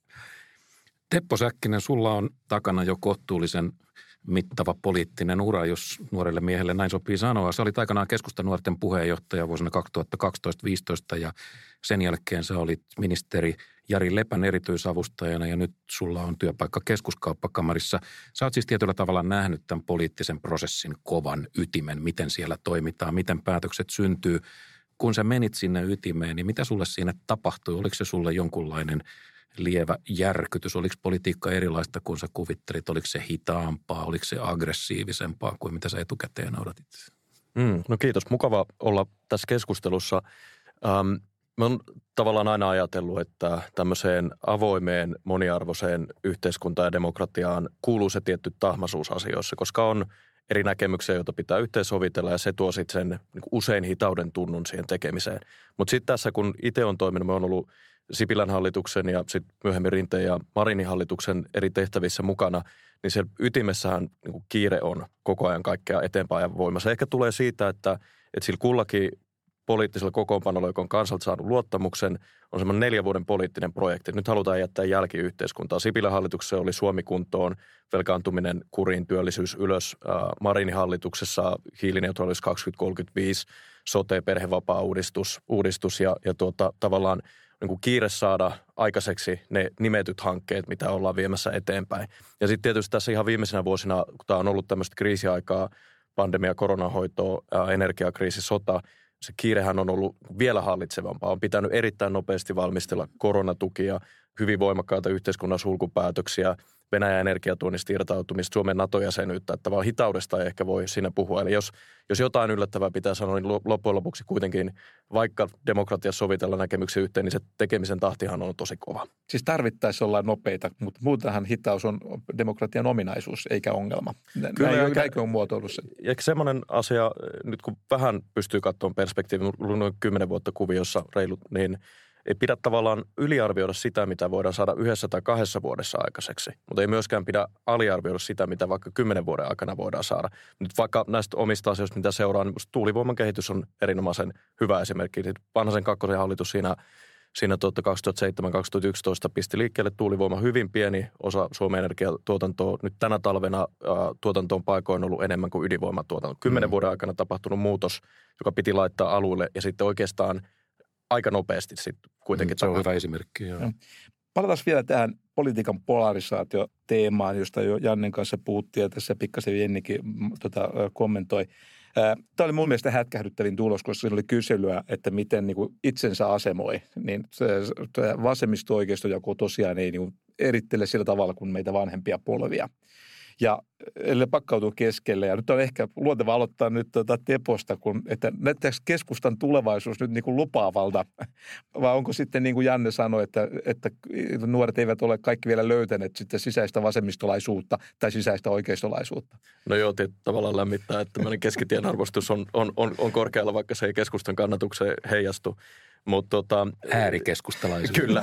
Teppo Säkkinen, sulla on takana jo kohtuullisen mittava poliittinen ura, jos nuorelle miehelle näin sopii sanoa. Sä olit aikanaan Keskustanuorten puheenjohtaja vuosina kaksituhattakaksitoista viisitoista ja sen jälkeen sä olit ministeri Jari Lepän erityisavustajana ja nyt sulla on työpaikka Keskuskauppakamarissa. Sä oot siis tietyllä tavalla nähnyt tämän poliittisen prosessin kovan ytimen, miten siellä toimitaan, miten päätökset syntyy. Kun sä menit sinne ytimeen, niin mitä sulle siinä tapahtui? Oliko se sulle jonkunlainen lievä järkytys? Oliko politiikka erilaista kuin sä kuvittelit? Oliko se hitaampaa? Oliko se aggressiivisempaa kuin mitä sä etukäteen odotit? Mm, no kiitos. Mukava olla tässä keskustelussa. Ähm, mä oon tavallaan aina ajatellut, että tämmöiseen avoimeen, moniarvoiseen yhteiskuntaan ja demokratiaan kuuluu se tietty tahmaisuus asioissa, koska on eri näkemyksiä, joita pitää yhteensovitella ja se tuo sitten sen niin kuin usein hitauden tunnun siihen tekemiseen. Mutta sitten tässä, kun itse on toiminut, mä oon ollut Sipilän hallituksen ja sitten myöhemmin Rinteen ja Marinin hallituksen eri tehtävissä mukana, niin siellä ytimessähän niin kuin kiire on koko ajan kaikkea eteenpäin ja voimassa. Ehkä tulee siitä, että, että sillä kullakin poliittisella kokoonpanolla, joka on kansalta saanut luottamuksen, on semmoinen neljän vuoden poliittinen projekti. Nyt halutaan jättää jälki yhteiskuntaa. Sipilän hallituksessa oli Suomi kuntoon, velkaantuminen kuriin, työllisyys ylös. Marinin hallituksessa hiilineutraalisuus kaksituhattakolmekymmentäviisi, sote, perhevapaa-uudistus uudistus ja, ja tuota, tavallaan niin kuin kiire saada aikaiseksi ne nimetyt hankkeet, mitä ollaan viemässä eteenpäin. Ja sitten tietysti tässä ihan viimeisenä vuosina, kun tämä on ollut tämmöistä kriisiaikaa, pandemia, koronahoito, energiakriisi, sota. Se kiirehän on ollut vielä hallitsevampaa. On pitänyt erittäin nopeasti valmistella koronatukia, hyvin voimakkaita yhteiskunnan sulkupäätöksiä, Venäjän energiatuonnista irtautumista, Suomen NATO-jäsenyyttä, että vaan hitaudesta ei ehkä voi siinä puhua. Eli jos, jos jotain yllättävää pitää sanoa, niin loppujen lopuksi kuitenkin, vaikka demokratia sovitella näkemyksiä yhteen, niin se tekemisen tahtihan on tosi kova. Siis tarvittaessa ollaan nopeita, mutta muutahan hitaus on demokratian ominaisuus, eikä ongelma. Kyllä, näin, eikä, näinkö on muotoillut sen? Ehkä semmoinen asia, nyt kun vähän pystyy katsomaan perspektiivin, noin kymmenen vuotta kuviossa reilut, niin ei pidä tavallaan yliarvioida sitä, mitä voidaan saada yhdessä tai kahdessa vuodessa aikaiseksi, mutta ei myöskään pidä aliarvioida sitä, mitä vaikka kymmenen vuoden aikana voidaan saada. Nyt vaikka näistä omista asioista, mitä seuraa, niin tuulivoiman kehitys on erinomaisen hyvä esimerkki. Vanhasen kakkosen hallitus siinä, siinä kaksituhattaseitsemän kaksituhattayksitoista pisti liikkeelle tuulivoima hyvin pieni osa Suomen energiatuotantoa. Nyt tänä talvena ää, tuotantoon paikoin ollut enemmän kuin ydinvoimatuotanto. Kymmenen mm. vuoden aikana tapahtunut muutos, joka piti laittaa alueelle ja sitten oikeastaan aika nopeasti sitten kuitenkin. Se on hyvä esimerkki, joo. No. Palataan vielä tähän politiikan polarisaatio-teemaan, josta jo Jannen kanssa puhuttiin ja tässä pikkasen Jennikin tota, kommentoi. Tämä oli mun mielestä hätkähdyttävin tulos, koska siinä oli kyselyä, että miten niin kuin itsensä asemoi. Niin se, se vasemmisto-oikeistojako tosiaan ei niin kuin erittele sillä tavalla kuin meitä vanhempia polvia. Ja eli pakkautuu keskelle. Ja nyt on ehkä luonteva aloittaa nyt tuota Teposta, kun, että näyttääkö keskustan tulevaisuus nyt niin kuin lupaavalta? Vai onko sitten niin kuin Janne sanoi, että, että nuoret eivät ole kaikki vielä löytäneet sitten sisäistä vasemmistolaisuutta tai sisäistä oikeistolaisuutta? No joo, tavallaan lämmittää, että tämmöinen keskitien arvostus on, on, on, on korkealla, vaikka se ei keskustan kannatukseen heijastu. Mut tota, äärikeskustalaisuus. Kyllä.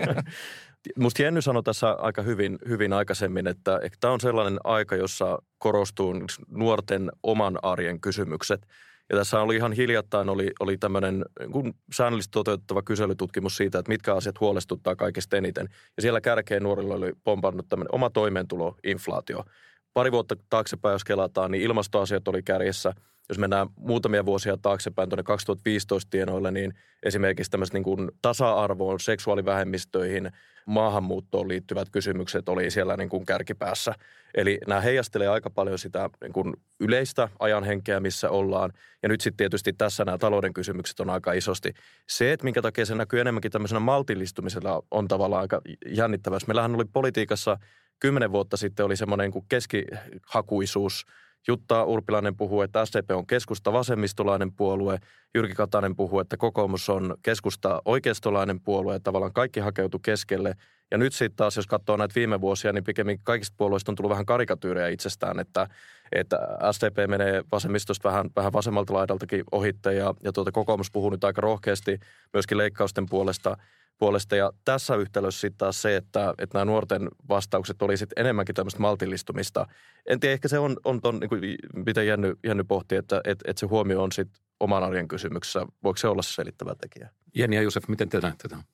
Musta Jenny sanoi tässä aika hyvin, hyvin aikaisemmin, että, että tämä on sellainen aika, jossa korostuu nuorten oman arjen kysymykset. Ja tässä oli ihan hiljattain oli, oli tämmöinen kun säännöllisesti toteutettava kyselytutkimus siitä, että mitkä asiat huolestuttaa kaikista eniten. Ja siellä kärkeen nuorilla oli pompannut tämmöinen oma toimeentulo, inflaatio. Pari vuotta taaksepäin, jos kelataan, niin ilmastoasiat oli kärjessä. Jos mennään muutamia vuosia taaksepäin tuonne kaksituhattaviisitoista tienoille, niin esimerkiksi tämmöiset niin kuin tasa-arvoon, seksuaalivähemmistöihin, maahanmuuttoon liittyvät kysymykset oli siellä niin kuin kärkipäässä. Eli nämä heijastelee aika paljon sitä niin kuin yleistä ajanhenkeä, missä ollaan. Ja nyt sitten tietysti tässä nämä talouden kysymykset on aika isosti. Se, että minkä takia se näkyy enemmänkin tämmöisenä maltillistumisella, on tavallaan aika jännittävää. Meillähän oli politiikassa kymmenen vuotta sitten oli semmoinen kuin keskihakuisuus. Jutta Urpilainen puhuu, että S D P on keskusta vasemmistolainen puolue. Jyrki Katainen puhuu, että kokoomus on keskusta oikeistolainen puolue. Ja tavallaan kaikki hakeutu keskelle. Ja nyt sitten taas, jos katsoo näitä viime vuosia, niin pikemminkin kaikista puolueista on tullut vähän karikatyyrejä itsestään, että, että S D P menee vasemmistosta vähän, vähän vasemmalta laidaltakin ohitte. Ja, ja tuota, kokoomus puhuu nyt aika rohkeasti myöskin leikkausten puolesta. puolesta. Ja tässä yhtälössä sitten taas se, että, että nämä nuorten vastaukset oli sitten enemmänkin tämmöistä maltillistumista. En tiedä, ehkä se on, on ton, niin kuin, miten Jenny, Jenny pohti, että, että, että se huomio on sitten oman arjen kysymyksessä. Voiko se olla se selittävä tekijä? Jenni ja Juusef, miten te näette tätä?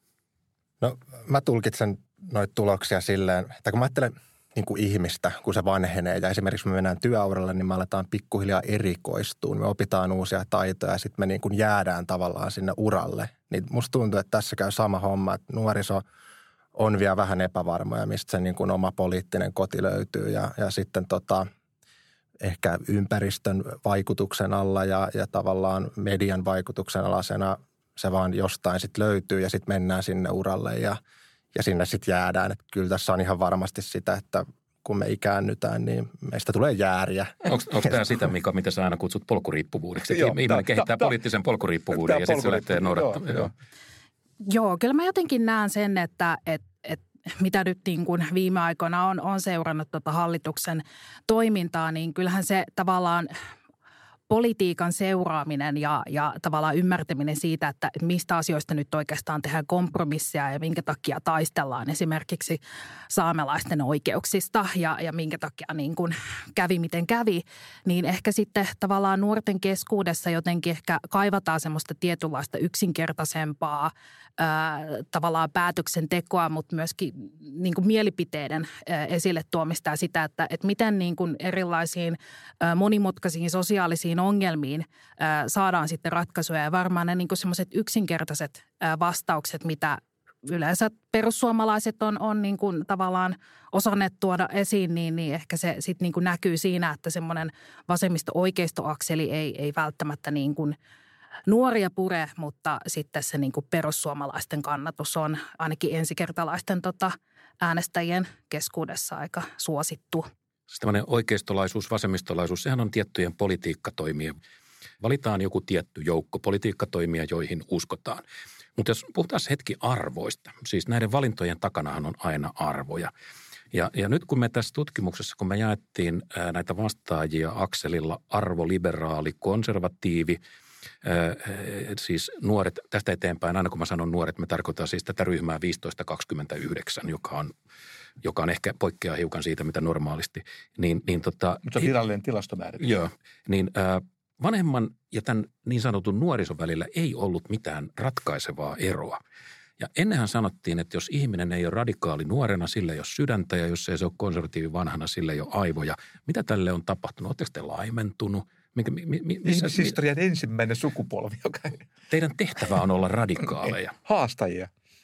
No mä tulkitsen noita tuloksia silleen, että kun mä ajattelen niin kuin ihmistä, kun se vanhenee ja esimerkiksi me mennään työuralle, niin me aletaan pikkuhiljaa erikoistuun. Me opitaan uusia taitoja ja sitten me niin kuin jäädään tavallaan sinne uralle. Niin musta tuntuu, että tässä käy sama homma, että nuoriso on vielä vähän epävarmoja, mistä se niin kuin oma poliittinen koti löytyy ja, ja sitten tota, ehkä ympäristön vaikutuksen alla ja, ja tavallaan median vaikutuksen alasena se vaan jostain sitten löytyy ja sitten mennään sinne uralle ja Ja sinne sitten jäädään. Että kyllä tässä on ihan varmasti sitä, että kun me ikäännytään, niin meistä tulee jääriä. Onko tämä sitä, Mika, mitä sä aina kutsut polkuriippuvuudeksi? Joo, ihminen ta, kehittää ta, poliittisen polkuriippuvuuden ta, ja sitten se lähtee noudattamaan. Joo. joo, kyllä mä jotenkin näen sen, että et, et, mitä nyt niin kuin viime aikoina on, on seurannut tota hallituksen toimintaa, niin kyllähän se tavallaan politiikan seuraaminen ja, ja tavallaan ymmärtäminen siitä, että mistä asioista nyt oikeastaan tehdään kompromisseja ja minkä takia taistellaan esimerkiksi saamelaisten oikeuksista ja, ja minkä takia niin kuin kävi miten kävi, niin ehkä sitten tavallaan nuorten keskuudessa jotenkin ehkä kaivataan semmoista tietynlaista yksinkertaisempaa ää, tavallaan päätöksentekoa, mutta myöskin niin kuin mielipiteiden ää, esille tuomista ja sitä, että, että miten niin kuin erilaisiin ää, monimutkaisiin sosiaalisiin ongelmiin ää, saadaan sitten ratkaisuja ja varmaan ne niin kuin semmoiset yksinkertaiset ää, vastaukset, mitä yleensä perussuomalaiset on, on niin kuin tavallaan osanneet tuoda esiin, niin, niin ehkä se sitten niin kuin näkyy siinä, että semmoinen vasemmisto-oikeistoakseli ei, ei välttämättä niin kuin nuoria pure, mutta sitten se niin kuin perussuomalaisten kannatus on ainakin ensikertalaisten tota äänestäjien keskuudessa aika suosittu. Tällainen oikeistolaisuus, vasemmistolaisuus, sehän on tiettyjen politiikkatoimia. Valitaan joku tietty joukko politiikkatoimia, joihin uskotaan. Mutta jos puhutaan hetki arvoista, siis näiden valintojen takanahan on aina arvoja. Ja, ja nyt kun me tässä tutkimuksessa, kun me jaettiin ää, näitä vastaajia akselilla arvoliberaali, konservatiivi, ää, siis nuoret, tästä eteenpäin, aina kun mä sanon nuoret, me tarkoitan siis tätä ryhmää viisitoista kaksikymmentäyhdeksän, joka on, joka on ehkä poikkeaa hiukan siitä, mitä normaalisti. Niin, niin tota, Mutta se on virallinen tilastomääritys. Joo, niin ää, vanhemman ja tämän niin sanotun nuorison välillä ei ollut mitään ratkaisevaa eroa. Ja ennenhän sanottiin, että jos ihminen ei ole radikaali nuorena, sillä ei ole sydäntä ja jos ei se ole konservatiivi vanhana, sillä ei ole aivoja. Mitä tälle on tapahtunut? Oletteko te laimentunut? Mikä, mi, mi, missä, Ihmishistorian mi... ensimmäinen sukupolvi, joka... Teidän tehtävä on olla radikaaleja. Haastajia.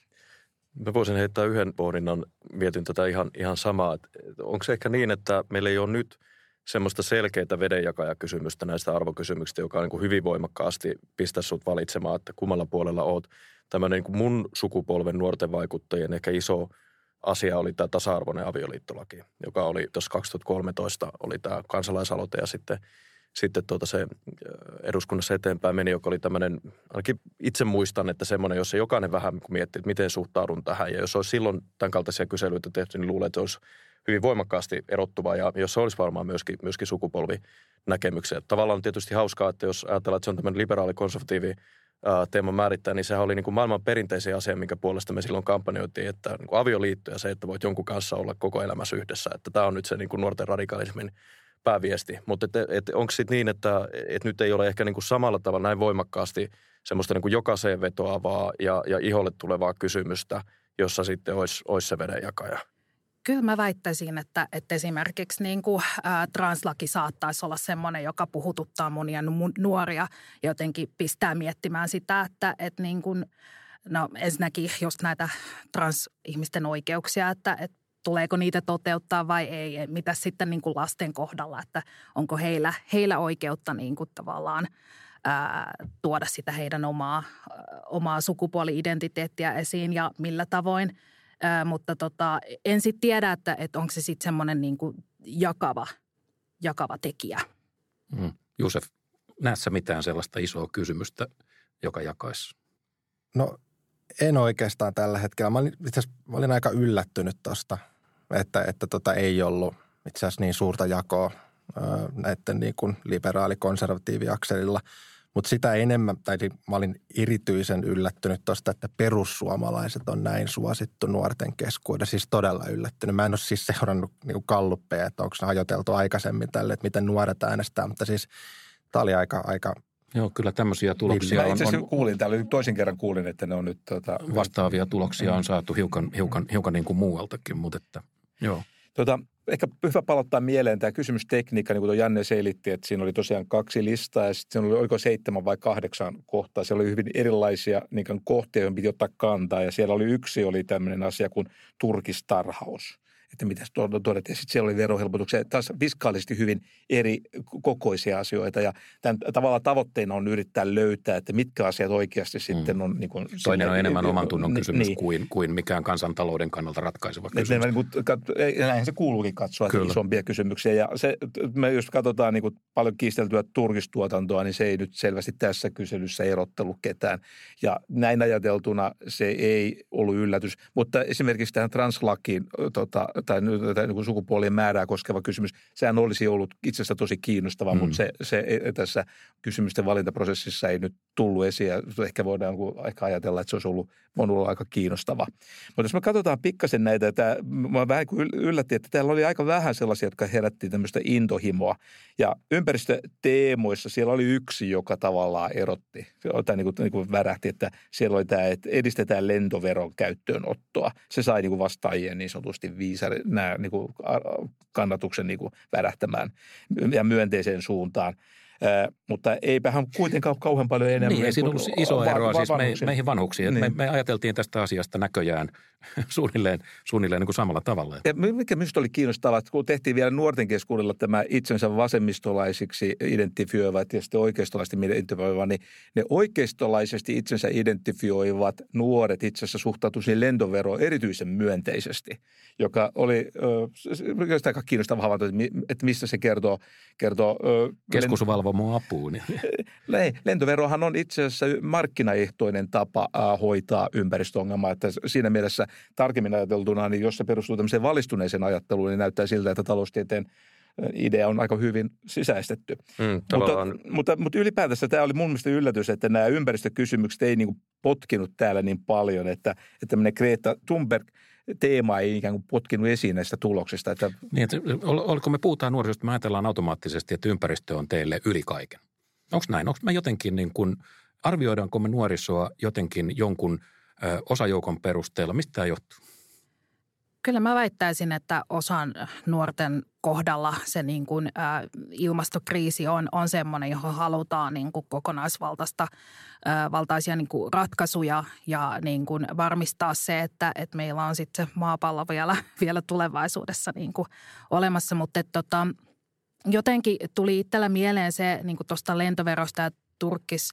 Mä voisin heittää yhden pohdinnan, mietin tätä ihan, ihan samaa. Että onko se ehkä niin, että meillä ei ole nyt semmoista selkeää vedenjakajakysymystä näistä arvokysymyksistä, joka on niin kuin hyvin voimakkaasti pistää sut valitsemaan, että kummalla puolella oot. Tämmöinen niin kuin mun sukupolven nuorten vaikuttajien ehkä iso asia oli tämä tasa-arvoinen avioliittolaki, joka oli tuossa kaksituhattakolmetoista oli tämä kansalaisaloite ja sitten, sitten tuota se eduskunnassa eteenpäin meni, joka oli tämmöinen, ainakin itse muistan, että semmoinen, jossa jokainen vähän miettii, että miten suhtaudun tähän ja jos olisi silloin tämän kaltaisia kyselyitä tehty, niin luulen, että olisi hyvin voimakkaasti erottuva ja jossa olisi varmaan myöskin, myöskin sukupolvinäkemyksiä. Tavallaan on tietysti hauskaa, että jos ajatellaan, että se on tämmöinen liberaali-konservatiivi teeman määrittää, niin sehän oli niin kuin maailman perinteisiä asia, minkä puolesta me silloin kampanjoitiin, että niin kuin avioliitto ja se, että voit jonkun kanssa olla koko elämässä yhdessä. Että tämä on nyt se niin kuin nuorten radikalismin pääviesti. Mutta et, et, onko sitten niin, että et nyt ei ole ehkä niin kuin samalla tavalla näin voimakkaasti semmoista niin kuin jokaiseen vetoavaa ja, ja iholle tulevaa kysymystä, jossa sitten olisi, olisi se vedenjakaja? Kyllä mä väittäisin, että, että esimerkiksi niin kuin, ä, translaki saattaisi olla semmoinen, joka puhututtaa monia nuoria ja jotenkin pistää miettimään sitä, että, että niin kuin, no ensinnäkin just näitä transihmisten oikeuksia, että, että tuleeko niitä toteuttaa vai ei. Mitä sitten niin kuin lasten kohdalla, että onko heillä, heillä oikeutta niin kuin tavallaan ää, tuoda sitä heidän omaa, omaa sukupuoli-identiteettiä esiin ja millä tavoin. Ää, mutta tota, en sitten tiedä, että, että onko se sitten semmoinen niin kuin jakava, jakava tekijä. Mm. Juusef, näet sä mitään sellaista isoa kysymystä, joka jakaisi? No en oikeastaan tällä hetkellä. Mä olin, itse asiassa, mä olin aika yllättynyt tuosta, että, että tota ei ollut itse asiassa niin suurta jakoa ää, näiden niin kuin liberaali-konservatiiviakselilla. Mutta sitä enemmän, tai mä olin erityisen yllättynyt tuosta, että perussuomalaiset on näin suosittu nuorten keskuudessa. Siis todella yllättynyt. Mä en ole siis seurannut niin galluppeja, että onko ne ajoteltu aikaisemmin tälle, että miten nuoret äänestää. Mutta siis tämä oli aika, aika... Joo, kyllä tämmöisiä tuloksia on. Mä itse asiassa on, kuulin, täällä toisen kerran kuulin, että ne on nyt... Tota, vastaavia tuloksia on saatu hiukan, hiukan, hiukan niin kuin muualtakin, mutta että joo. Tota, ehkä hyvä palottaa mieleen tämä kysymystekniikka, niin kuin tuo Janne selitti, että siinä oli tosiaan kaksi listaa ja sitten siinä oli oliko seitsemän vai kahdeksan kohtaa. Siellä oli hyvin erilaisia niin kuin kohtia, joihin piti ottaa kantaa ja siellä oli yksi oli tämmöinen asia kuin turkistarhaus. Että mitä todettiin. Sitten siellä oli verohelpotuksia, taas fiskaalisesti hyvin eri kokoisia asioita ja tämän tavallaan tavoitteena on yrittää löytää, että mitkä asiat oikeasti sitten on. Niin kuin, toinen on enemmän oman tunnon kysymys niin. kuin, kuin mikään kansantalouden kannalta ratkaiseva kysymys. Ne, niin, näinhän se kuuluukin katsoa isompia kysymyksiä ja se, me jos katsotaan niin kuin paljon kiisteltyä turkistuotantoa, niin se ei nyt selvästi tässä kyselyssä erottellut ketään ja näin ajateltuna se ei ollut yllätys, mutta esimerkiksi tähän translakiin tota, tai, tai niin sukupuolien määrää koskeva kysymys, sehän olisi ollut itse asiassa tosi kiinnostava, mm. mutta se, se tässä kysymysten valintaprosessissa ei nyt tullut esiin ja ehkä voidaan ehkä ajatella, että se olisi ollut, voinut olla aika kiinnostava. Mutta jos me katsotaan pikkasen näitä, tämä, mä vähän yllätti, että täällä oli aika vähän sellaisia, jotka herättiin tämmöistä intohimoa ja ympäristöteemoissa siellä oli yksi, joka tavallaan erotti tai niin kuin, niin kuin värähti, että siellä oli tämä, että edistetään lentoveron käyttöönottoa. Se sai niin kuin vastaajien niin sanotusti viisari, nämä niin kuin kannatuksen niin kuin värähtämään ja myönteiseen suuntaan. Ää, mutta eipähän kuitenkaan kauhean paljon enemmän. Niin, ei siinä ollut iso eroa va- va- siis me, meihin vanhuksiin. Niin. Me, me ajateltiin tästä asiasta näköjään suunnilleen, suunnilleen niin kuin samalla tavalla. Ja mikä minusta oli kiinnostavaa, että kun tehtiin vielä nuorten keskuudella tämä itsensä vasemmistolaisiksi identifioivat ja sitten oikeistolaisesti identifioivat, niin ne oikeistolaisesti itsensä identifioivat nuoret itse asiassa suhtautuivat siihen lentoveroon erityisen myönteisesti, joka oli ö, aika kiinnostava havainto, että mistä se kertoo. kertoo ö, Keskusvalvomo apuun. Niin, lentoverohan on itse asiassa markkinaehtoinen tapa äh, hoitaa ympäristöongelmaa, että siinä mielessä tarkemmin ajateltuna, niin jos se perustuu tämmöiseen valistuneeseen ajatteluun, niin näyttää siltä, että taloustieteen idea on aika hyvin sisäistetty. Mm, mutta, mutta, mutta ylipäätänsä tämä oli mun mielestä yllätys, että nämä ympäristökysymykset ei niin kuin potkinut täällä niin paljon, että, että tämmöinen Greta Thunberg teema ei ikään kuin potkinut esiin näistä tuloksista. Että niin, että kun me puhutaan nuorisosta, me ajatellaan automaattisesti, että ympäristö on teille yli kaiken. Onko näin? Onko me jotenkin niin kuin, arvioidaanko me nuorisoa jotenkin jonkun ö, osajoukon perusteella? Mistä tämä johtuu? Kyllä mä väittäisin, että osan nuorten kohdalla se niin kuin, ä, ilmastokriisi on, on semmoinen, johon halutaan niin kuin kokonaisvaltaista ä, valtaisia niin kuin ratkaisuja ja niin kuin varmistaa se, että, että meillä on sitten se maapallo vielä, vielä tulevaisuudessa niin kuin olemassa. Mutta että, tota, jotenkin tuli itsellä mieleen se niin kuin tuosta lentoverosta ja turkkis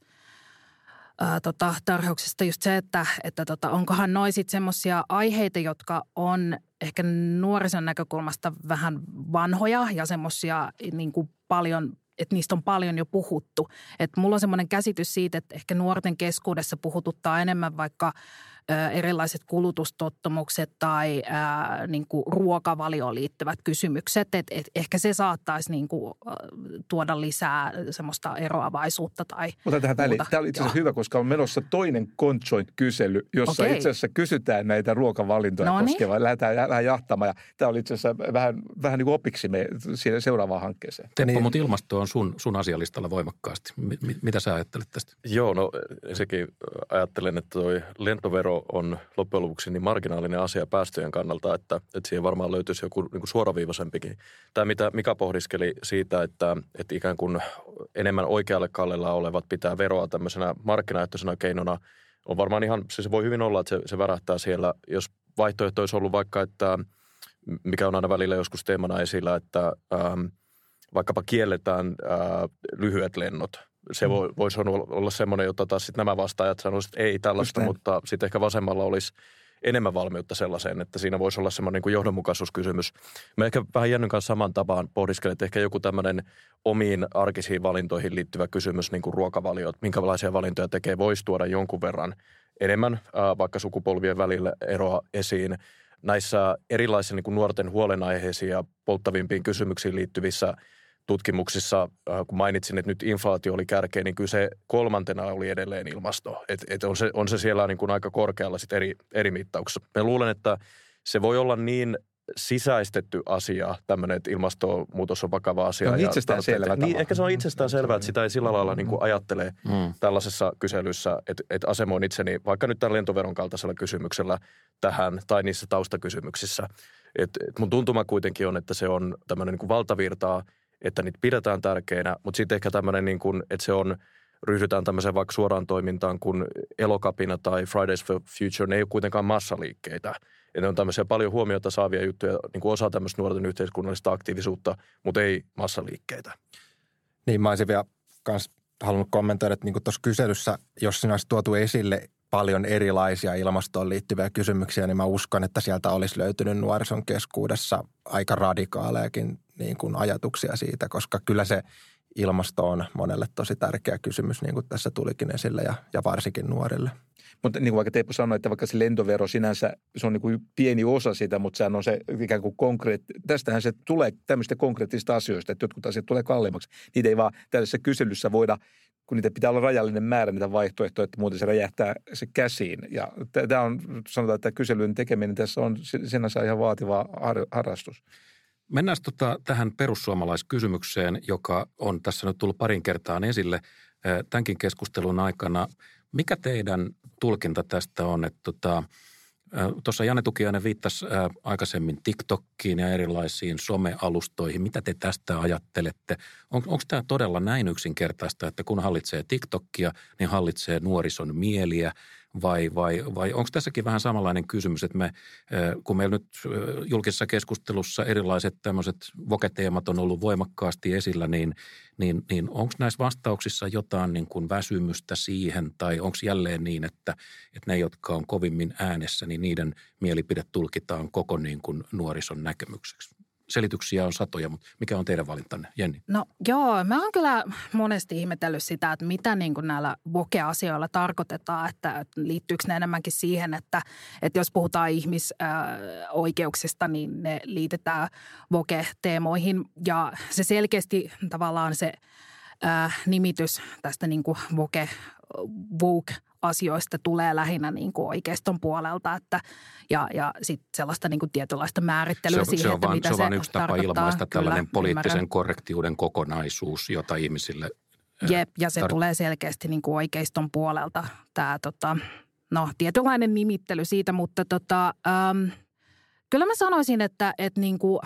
Ää, tota, tarjouksesta just se, että, että tota, onkohan noi sitten semmoisia aiheita, jotka on ehkä nuorison näkökulmasta vähän vanhoja ja semmoisia niin kuin paljon, että niistä on paljon jo puhuttu. Että mulla on semmoinen käsitys siitä, että ehkä nuorten keskuudessa puhututtaa enemmän vaikka ä, erilaiset kulutustottumukset tai ä, niin kuin ruokavalioon liittyvät kysymykset. Että et ehkä se saattaisi niin kuin, ä, tuoda lisää semmoista eroavaisuutta tai Mutta tähän väliin. Tämä on itse asiassa hyvä, koska on menossa toinen Conjoint-kysely, jossa okay. itse asiassa kysytään näitä ruokavalintoja no koskevaa. Niin. Lähdetään vähän jahtamaan ja tämä oli itse asiassa vähän, vähän niin kuin opiksi me siihen seuraavaan hankkeeseen. Teppo, niin. mutta ilmasto on sun, sun asialistalla voimakkaasti. M- mitä sä ajattelet tästä? Joo, no sekin ajattelen, että toi lentovero on loppujen lopuksi niin marginaalinen asia päästöjen kannalta, että, että siihen varmaan löytyisi joku niin kuin suoraviivaisempikin. Tämä, mitä Mika pohdiskeli siitä, että, että ikään kuin enemmän oikealle kallella olevat pitää veroa tämmöisenä markkinaehtoisena keinona, on varmaan ihan, se voi hyvin olla, että se, se värähtää siellä. Jos vaihtoehto olisi ollut vaikka, että mikä on aina välillä joskus teemana esillä, että ähm, vaikkapa kielletään ää, lyhyet lennot. Se voi, voisi olla semmoinen, jota taas sitten nämä vastaajat sanoisivat, että ei tällaista, mutta sitten ehkä vasemmalla olisi enemmän valmiutta sellaiseen, että siinä voisi olla semmoinen niin kuin johdonmukaisuuskysymys. Mä ehkä vähän Jennyn kanssa saman tapaan pohdiskelen, että ehkä joku tämmöinen omiin arkisiin valintoihin liittyvä kysymys, niin kuin ruokavaliot, minkälaisia valintoja tekee, voisi tuoda jonkun verran enemmän ää, vaikka sukupolvien välillä eroa esiin. Näissä erilaisissa niin kuin nuorten huolenaiheisiin ja polttavimpiin kysymyksiin liittyvissä tutkimuksissa, kun mainitsin, että nyt inflaatio oli kärkeä, niin kyllä se kolmantena oli edelleen ilmasto. Että et on, se, on se siellä niin kuin aika korkealla sit eri, eri mittauksessa. Mä luulen, että se voi olla niin sisäistetty asia, tämmöinen, että ilmastonmuutos on vakava asia. On itsestään selvä. Niin, ehkä se on itsestään selvää, että sitä ei sillä lailla niin kuin ajattele mm. tällaisessa kyselyssä, että, että asemoin itseni vaikka nyt tämän lentoveron kaltaisella kysymyksellä tähän tai niissä taustakysymyksissä. Että et mun tuntuma kuitenkin on, että se on tämmöinen niin kuin valtavirtaa, että niitä pidetään tärkeinä, mutta sitten ehkä tämmöinen, niin kuin, että se on, ryhdytään tämmöiseen vaikka suoraan toimintaan kuin Elokapina tai Fridays for Future, ne ei ole kuitenkaan massaliikkeitä. Ja ne on tämmöisiä paljon huomiota saavia juttuja, niin kuin osa tämmöistä nuorten yhteiskunnallista aktiivisuutta, mutta ei massaliikkeitä. Niin, mä olisin vielä kans halunnut kommentoida, että niin kuin tuossa kyselyssä, jos siinä olisi tuotu esille paljon erilaisia ilmastoon liittyviä kysymyksiä, niin mä uskon, että sieltä olisi löytynyt nuorison keskuudessa aika radikaalejakin niin kuin ajatuksia siitä, koska kyllä se ilmasto on monelle tosi tärkeä kysymys, niin kuin tässä tulikin esille ja, ja varsinkin nuorille. Mutta niin kuin vaikka Teppo sanoi, että vaikka se lentovero sinänsä, se on niin kuin pieni osa sitä, mutta sehän on se ikään kuin konkreetti. Tästähän se tulee tämmöistä konkreettisista asioista, että jotkut asiat tulee kalliimmaksi. Niitä ei vaan tällaisessa kyselyssä voida, kun niitä pitää olla rajallinen määrä niitä vaihtoehtoja, että muuten se räjähtää se käsiin. Ja tämä on, sanotaan, että kyselyn tekeminen tässä on sinänsä ihan vaativa har- harrastus. Mennään tota tähän perussuomalaiskysymykseen, joka on tässä nyt tullut parin kertaan esille tämänkin keskustelun aikana. Mikä teidän tulkinta tästä on, että tota, Tuossa Janne Tukiainen viittasi aikaisemmin TikTokkiin ja erilaisiin somealustoihin. Mitä te tästä ajattelette? On, onko tämä todella näin yksinkertaista, että kun hallitsee TikTokia, niin hallitsee nuorison mieliä? Vai, vai, vai onko tässäkin vähän samanlainen kysymys, että me, kun meillä nyt julkisessa keskustelussa erilaiset tämmöiset voke-teemat on ollut voimakkaasti esillä, niin, niin, niin onko näissä vastauksissa jotain niin kuin väsymystä siihen, tai onko jälleen niin, että, että ne, jotka on kovimmin äänessä, niin niiden mielipide tulkitaan koko niin kuin nuorison näkemykseksi? Selityksiä on satoja, mutta mikä on teidän valintanne, Jenni? No joo, mä oon kyllä monesti ihmetellyt sitä, että mitä niin kuin näillä voke-asioilla tarkoitetaan, että liittyykö ne enemmänkin siihen, että, että jos puhutaan ihmisoikeuksista, niin ne liitetään voke-teemoihin ja se selkeästi tavallaan se ää, nimitys tästä niin kuin voke, woke asioista tulee lähinnä niin kuin oikeiston puolelta, että ja, ja sitten sellaista niin kuin tietynlaista määrittelyä se, siihen, se on että vaan, mitä se se on vain yksi tapa ilmaista tällainen kyllä, poliittisen ymmärrän. korrektiuden kokonaisuus, jota ihmisille Jep, ja se tar- tulee selkeästi niin kuin oikeiston puolelta tämä tota, no, tietynlainen nimittely siitä, mutta tota, äm, kyllä mä sanoisin, että, että niin kuin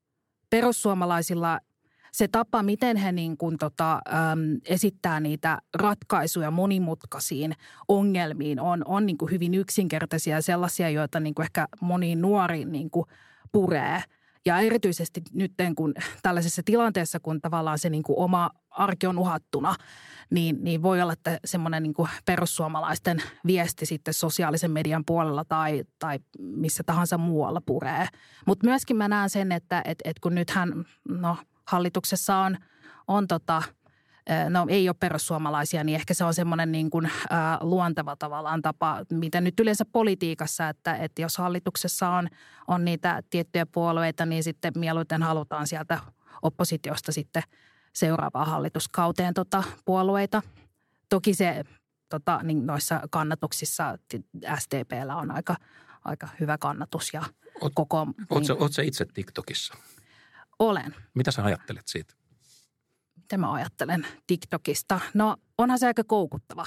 perussuomalaisilla se tapa, miten he niin kuin tota, äm, esittää niitä ratkaisuja monimutkaisiin ongelmiin, on, on niin kuin hyvin yksinkertaisia ja sellaisia, joita niin kuin ehkä moniin nuoriin niin kuin puree. Ja erityisesti nyt, kun tällaisessa tilanteessa, kun tavallaan se niin kuin oma arki on uhattuna, niin, niin voi olla, että semmoinen niin kuin perussuomalaisten viesti sitten sosiaalisen median puolella tai, tai missä tahansa muualla puree. Mutta myöskin mä näen sen, että et, et kun nythän no, hallituksessa on, on tota, no ei ole perussuomalaisia, niin ehkä se on semmoinen niin kuin ää, luonteva tavallaan tapa, mitä nyt yleensä politiikassa, että, että jos hallituksessa on, on niitä tiettyjä puolueita, niin sitten mieluiten halutaan sieltä oppositiosta sitten seuraavaan hallituskauteen tota puolueita. Toki se tota, niin noissa kannatuksissa S D P:llä on aika, aika hyvä kannatus ja Oot, koko... Oletko niin, sä itse TikTokissa? Olen. Mitä sä ajattelet siitä? Mitä mä ajattelen TikTokista? No onhan se aika koukuttava.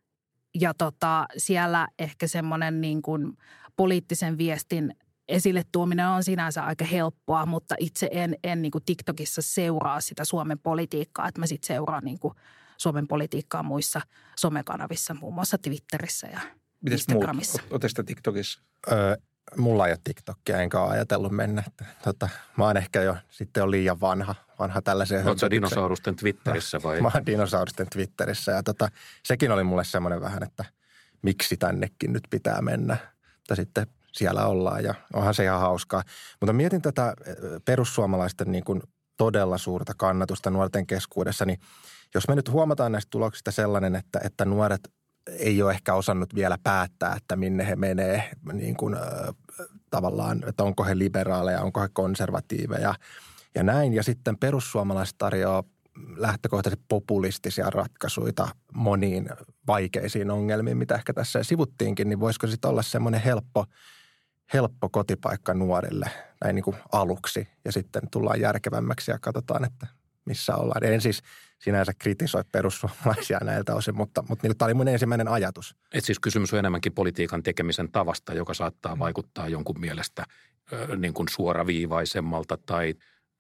Ja tota, siellä ehkä semmoinen niin kuin poliittisen viestin esille tuominen on sinänsä aika helppoa, mutta itse en, en niin kuin TikTokissa seuraa sitä Suomen politiikkaa. Että mä sitten seuraan niin kuin Suomen politiikkaa muissa somekanavissa, muun muassa Twitterissä ja Mites Instagramissa. muut? Oletko sitä TikTokissa? Öö, mulla ei ole TikTokia, enkä ole ajatellut mennä. Tota, mä oon ehkä jo sitten jo liian vanha, vanha tällaiseen. Oletko sä dinosaurusten Twitterissä vai? Mä, mä oon dinosaurusten Twitterissä ja tota, sekin oli mulle semmoinen vähän, että miksi tännekin nyt pitää mennä. Mutta sitten siellä ollaan ja onhan se ihan hauskaa. Mutta mietin tätä perussuomalaisten niin kuin todella suurta kannatusta nuorten keskuudessa, niin jos me nyt huomataan näistä tuloksista sellainen, että, että nuoret ei ole ehkä osannut vielä päättää, että minne he menee niin kuin, äh, tavallaan, että onko he liberaaleja, onko he konservatiiveja ja näin. Ja sitten perussuomalaiset tarjoaa lähtökohtaisesti populistisia ratkaisuja moniin vaikeisiin ongelmiin, mitä ehkä tässä sivuttiinkin, niin voisiko sitten olla semmoinen helppo, helppo kotipaikka nuorille näin niin kuin aluksi ja sitten tullaan järkevämmäksi ja katsotaan, että missä ollaan. En siis sinänsä kritisoi perussuomalaisia näiltä osin, mutta, mutta niin, tämä oli mun ensimmäinen ajatus. Et siis kysymys on enemmänkin politiikan tekemisen tavasta, joka saattaa vaikuttaa jonkun mielestä ö, niin kuin suoraviivaisemmalta tai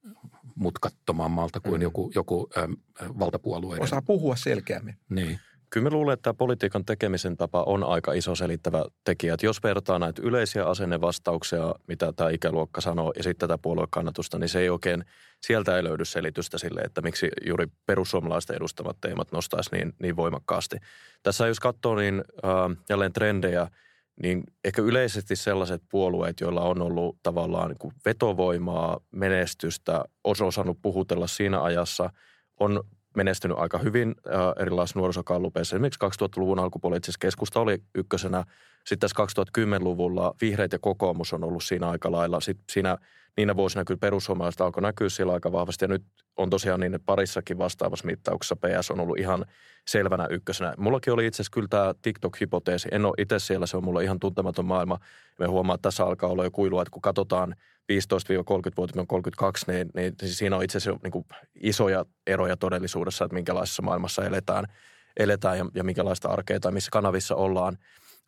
mutkattomammalta kuin mm. joku, joku ö, valtapuolueiden. Osaa puhua selkeämmin. Niin. Kyllä mä luulen, että tämä politiikan tekemisen tapa on aika iso selittävä tekijä. Että jos vertaa näitä yleisiä asennevastauksia, mitä tämä ikäluokka sanoo, ja sitten tätä puoluekannatusta, niin se ei oikein, sieltä ei löydy selitystä sille, että miksi juuri perussuomalaisten edustamat teemat nostaisi niin, niin voimakkaasti. Tässä jos katsoo niin äh, jälleen trendejä, niin ehkä yleisesti sellaiset puolueet, joilla on ollut tavallaan niin kuin vetovoimaa, menestystä, on osannut puhutella siinä ajassa, on menestynyt aika hyvin äh, erilaisissa nuorisokallupeissa. Esimerkiksi kaksituhattaluvun alkupoliittisessa keskusta oli ykkösenä. Sitten tässä kaksituhattakymmenluvulla vihreät ja kokoomus on ollut siinä aika lailla. Sitten siinä, niinä vuosina kyllä perussuomalaiset alkoi näkyä siellä aika vahvasti. Ja nyt on tosiaan niin, että parissakin vastaavassa mittauksessa P S on ollut ihan selvänä ykkösenä. Mullakin oli itse asiassa kyllä tämä TikTok-hypoteesi. En ole itse siellä, se on mulle ihan tuntematon maailma. Me huomaa, että tässä alkaa olla jo kuilua, että kun katsotaan viisitoista kolmekymmentä-vuotiaat, kolmekymmentäkaksi, niin, niin siinä on itse asiassa niin kuin isoja eroja todellisuudessa, että minkälaisessa maailmassa eletään, eletään ja, ja minkälaista arkea tai missä kanavissa ollaan.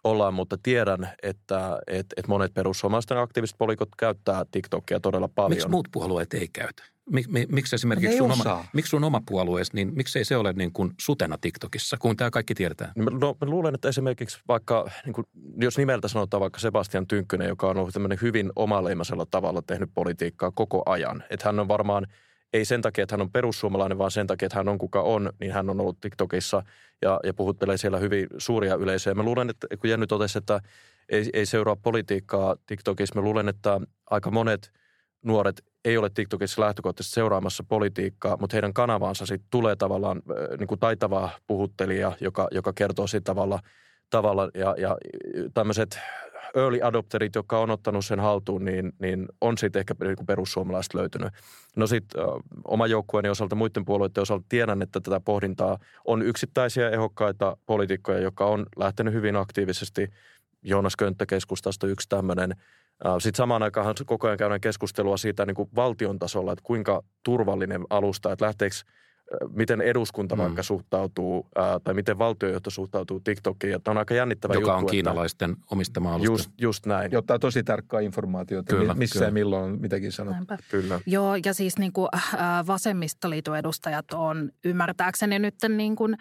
ollaan, mutta tiedän, että et, et monet perussuomalaisten aktiiviset poliikot käyttää TikTokia todella paljon. Miksi muut puolueet ei käytä? Mik, miksi esimerkiksi sun oma, miksi sun oma puolueesi, niin miksei se ole niin kuin sutena TikTokissa, kun tämä kaikki tiedetään? No mä luulen, että esimerkiksi vaikka, niin kuin, jos nimeltä sanotaan vaikka Sebastian Tynkkynen, joka on ollut tämmöinen hyvin omaleimaisella tavalla tehnyt politiikkaa koko ajan. Että hän on varmaan, ei sen takia, että hän on perussuomalainen, vaan sen takia, että hän on kuka on, niin hän on ollut TikTokissa ja, ja puhuttelee siellä hyvin suuria yleisöjä. Mä luulen, että kun Jenny totesi, että ei, ei seuraa politiikkaa TikTokissa, mä luulen, että aika monet nuoret ei ole TikTokissa lähtökohtaisesti seuraamassa politiikkaa, mutta heidän kanavansa sitten tulee tavallaan niin kuin taitava puhuttelija, joka, joka kertoo siitä tavalla, tavalla ja, ja tämmöiset early adopterit, jotka on ottanut sen haltuun, niin, niin on siitä ehkä niin perussuomalaiset löytynyt. No sitten äh, oma joukkueeni osalta, muiden puolueiden osalta tiedän, että tätä pohdintaa on yksittäisiä ehokkaita poliitikkoja, jotka on lähtenyt hyvin aktiivisesti. Joonas Könttä keskustasta yksi tämmöinen. Sitten samaan aikaan koko ajan käydään keskustelua siitä niin kuin valtion tasolla, että kuinka turvallinen alusta, että lähteekö, miten eduskunta mm. vaikka suhtautuu tai miten valtiojohto suhtautuu TikTokiin. Ja tämä on aika jännittävä Joka juttu. Joka on kiinalaisten omistama alusta. Just, just näin. Jotta on tosi tarkkaa informaatiota, kyllä, missä kyllä. ja milloin on mitäkin sanottu. Näinpä. Kyllä. Joo, ja siis niin kuin, äh, vasemmistoliiton edustajat on ymmärtääkseni nyt niin kuin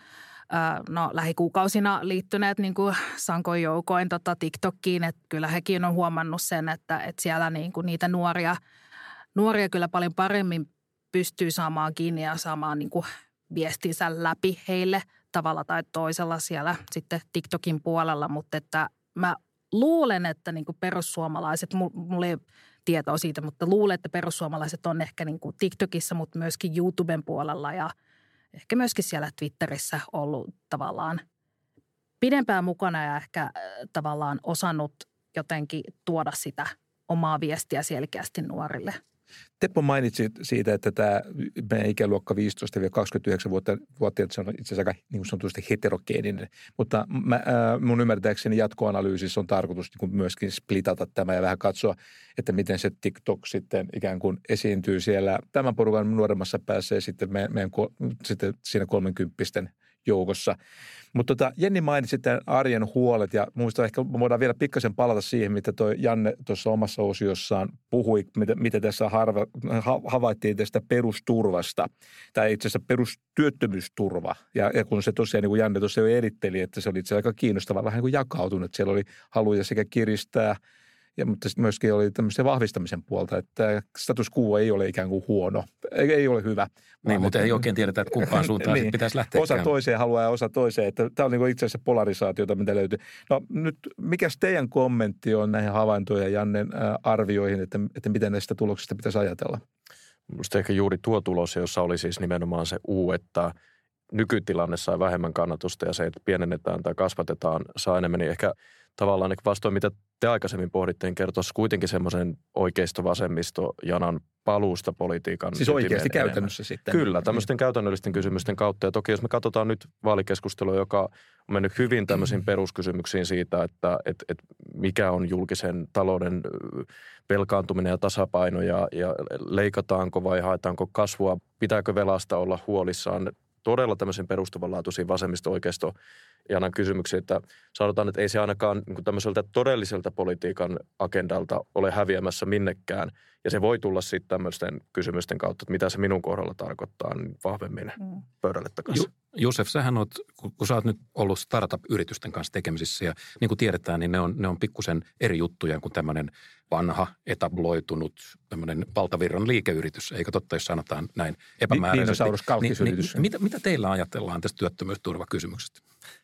no, lähikuukausina liittyneet niin kuin sankoin joukoin tota TikTokiin, että kyllä hekin on huomannut sen, että, että siellä niin kuin niitä nuoria, nuoria kyllä paljon paremmin pystyy saamaan kiinni ja saamaan niin kuin viestinsä läpi heille tavalla tai toisella siellä sitten TikTokin puolella, mutta että mä luulen, että niin kuin perussuomalaiset, mulla ei tietoa siitä, mutta luulen, että perussuomalaiset on ehkä niin kuin TikTokissa, mutta myöskin YouTuben puolella ja ehkä myöskin siellä Twitterissä ollut tavallaan pidempään mukana ja ehkä tavallaan osannut jotenkin tuoda sitä omaa viestiä selkeästi nuorille. Teppo mainitsi siitä, että tämä meidän ikäluokka viisitoista kaksikymmentäyhdeksän-vuotiaat, se on itse asiassa aika niin sanotusti heterogeeninen. Mutta mä, äh, mun ymmärtääkseni jatkoanalyysissä on tarkoitus niin kuin myöskin splitata tämä ja vähän katsoa, että miten se TikTok sitten ikään kuin esiintyy siellä tämän porukan nuoremmassa päässä ja sitten meidän, meidän sitten siinä kolmenkymppisten joukossa. Mutta tota, Jenni mainitsi tämän arjen huolet ja muistan ehkä voidaan vielä pikkasen palata siihen, mitä toi Janne tuossa omassa osiossaan puhui, mitä, mitä tässä harva, ha, havaittiin tästä perusturvasta tai itse asiassa perustyöttömyysturva. Ja, ja kun se tosiaan, niin kuin Janne tuossa jo eritteli, että se oli itse aika kiinnostava, vähän niin kuin jakautunut, että siellä oli haluja sekä kiristää, ja, mutta myöskin oli tämmöisen vahvistamisen puolta, että status quo ei ole ikään kuin huono, ei, ei ole hyvä. Niin, mutta ei oikein tiedetä, että kumpaan suuntaan niin, pitäisi lähteä. Osa toiseen haluaa ja osa toiseen. Että tämä on niin itse asiassa polarisaatiota, mitä löytyy. No nyt, mikäs teidän kommentti on näihin havaintoihin ja Jannen arvioihin, että, että miten näistä tuloksista pitäisi ajatella? Minusta ehkä juuri tuo tulos, jossa oli siis nimenomaan se U, että nykytilanne sai vähemmän kannatusta ja se, että pienennetään tai kasvatetaan, saa enemmän, niin ehkä tavallaan vastoin, mitä te aikaisemmin pohdittiin, kertoisi kuitenkin semmoisen oikeisto-vasemmisto-janan paluusta politiikan. Siis oikeasti käytännössä sitten. Kyllä, tämmöisten niin. käytännöllisten kysymysten kautta. Ja toki jos me katsotaan nyt vaalikeskustelua, joka on mennyt hyvin tämmöisiin peruskysymyksiin siitä, että et, et mikä on julkisen talouden velkaantuminen ja tasapaino ja, ja leikataanko vai haetaanko kasvua, pitääkö velasta olla huolissaan. Todella tämmöisen perustavanlaatuisiin vasemmisto-oikeisto janan kysymyksiä, että sanotaan, että ei se ainakaan niin kuin tämmöiseltä todelliselta politiikan agendalta ole häviämässä minnekään. Ja se voi tulla sitten tämmöisten kysymysten kautta, että mitä se minun kohdalla tarkoittaa niin vahvemmin mm. pöydälle takaisin. Ju- Josef, sähän oot, kun, kun sä oot nyt ollut startup-yritysten kanssa tekemisissä ja niin kuin tiedetään, niin ne on, ne on pikkusen eri juttuja kuin tämmöinen vanha, etabloitunut, tämmöinen valtavirran liikeyritys, eikö totta, jos sanotaan näin epämääräisesti. Niin, niin, niin, mitä, mitä teillä ajatellaan tästä työttömyysturvakysymyksestä?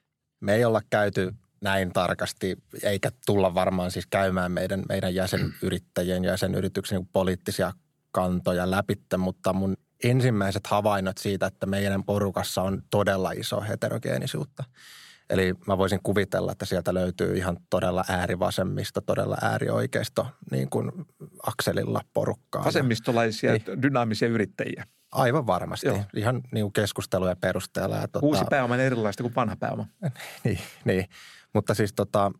Me ei olla käyty näin tarkasti, eikä tulla varmaan siis käymään meidän, meidän jäsenyrittäjien ja jäsenyrityksen poliittisia kantoja läpitte, mutta mun ensimmäiset havainnot siitä, että meidän porukassa on todella iso heterogeenisuutta. Eli mä voisin kuvitella, että sieltä löytyy ihan todella äärivasemmista, todella äärioikeisto niin kuin akselilla porukkaa. Vasemmistolaisia, niin. Dynaamisia yrittäjiä. Aivan varmasti. Joo. Ihan niin keskustelujen perusteella. Ja tota, uusi pääoma on erilaista kuin vanha pääoma. niin, niin, mutta siis tota,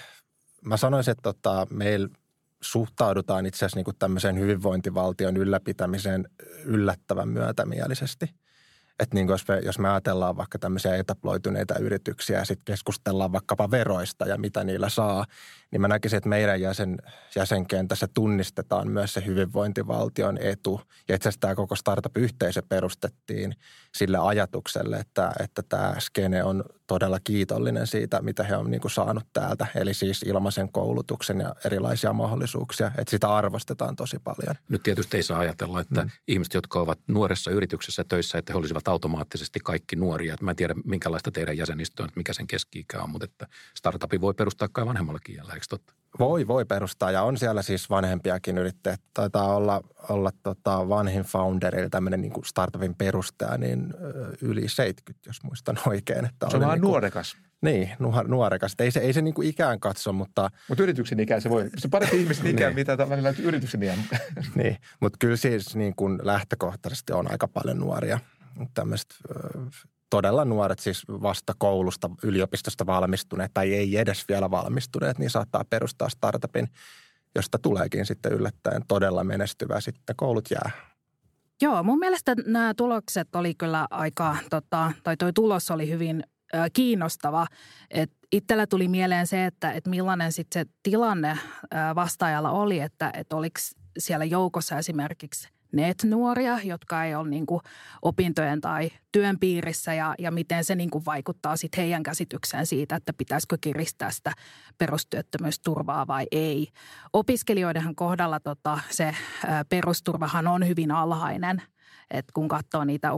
mä sanoisin, että tota, meillä suhtaudutaan itse asiassa niin kuin tämmöiseen hyvinvointivaltion ylläpitämiseen yllättävän myötämielisesti. Että niin jos, me, jos me ajatellaan vaikka tämmöisiä etaploituneita yrityksiä ja sitten keskustellaan vaikkapa veroista ja mitä niillä saa, niin mä näkisin, että meidän jäsen, jäsenkentässä tunnistetaan myös se hyvinvointivaltion etu. Ja itse asiassa tämä koko startup-yhteisö perustettiin sille ajatukselle, että, että tämä skene on todella kiitollinen siitä, mitä he on niin kuin saanut täältä. Eli siis ilmaisen koulutuksen ja erilaisia mahdollisuuksia, että sitä arvostetaan tosi paljon. Nyt tietysti ei saa ajatella, että mm. ihmiset, jotka ovat nuoressa yrityksessä töissä, että he olisivat automaattisesti kaikki nuoria. Mä en tiedä, minkälaista teidän jäsenistö on, mikä sen keski-ikä on, mutta että startupi voi perustaa kai vanhemmallakin iällä, eikö totta? Voi, voi perustaa ja on siellä siis vanhempiakin yrittäjiä. Taitaa olla, olla tota vanhin founder, eli tämmöinen niin kuin startupin perustaja, niin yli seitsemänkymmentä, jos muistan oikein. Että se on vähän niin kuin, nuorekas. Niin, nuorekas. Ei se, ei se niin kuin ikään katso, mutta... Mutta yrityksen ikään se voi. Se on parempi ihmisten ikään, mitä välillä yrityksen ikään. Niin, mutta kyllä siis niin kuin lähtökohtaisesti on aika paljon nuoria. Tämmöiset todella nuoret, siis vasta koulusta, yliopistosta valmistuneet tai ei edes vielä valmistuneet, niin saattaa perustaa startupin, josta tuleekin sitten yllättäen todella menestyvä. Sitten koulut jää. Joo, mun mielestä nämä tulokset oli kyllä aika, tota, tai toi tulos oli hyvin äh, kiinnostava. Et itsellä tuli mieleen se, että et millainen sitten se tilanne äh, vastaajalla oli, että et oliko siellä joukossa esimerkiksi net-nuoria, jotka ei ole niin kuin opintojen tai työn piirissä ja, ja miten se niin kuin vaikuttaa sitten heidän käsitykseen siitä, että pitäisikö kiristää sitä perustyöttömyysturvaa vai ei. Opiskelijoidenhan kohdalla tota, se ä, perusturvahan on hyvin alhainen. Et kun katsoo niitä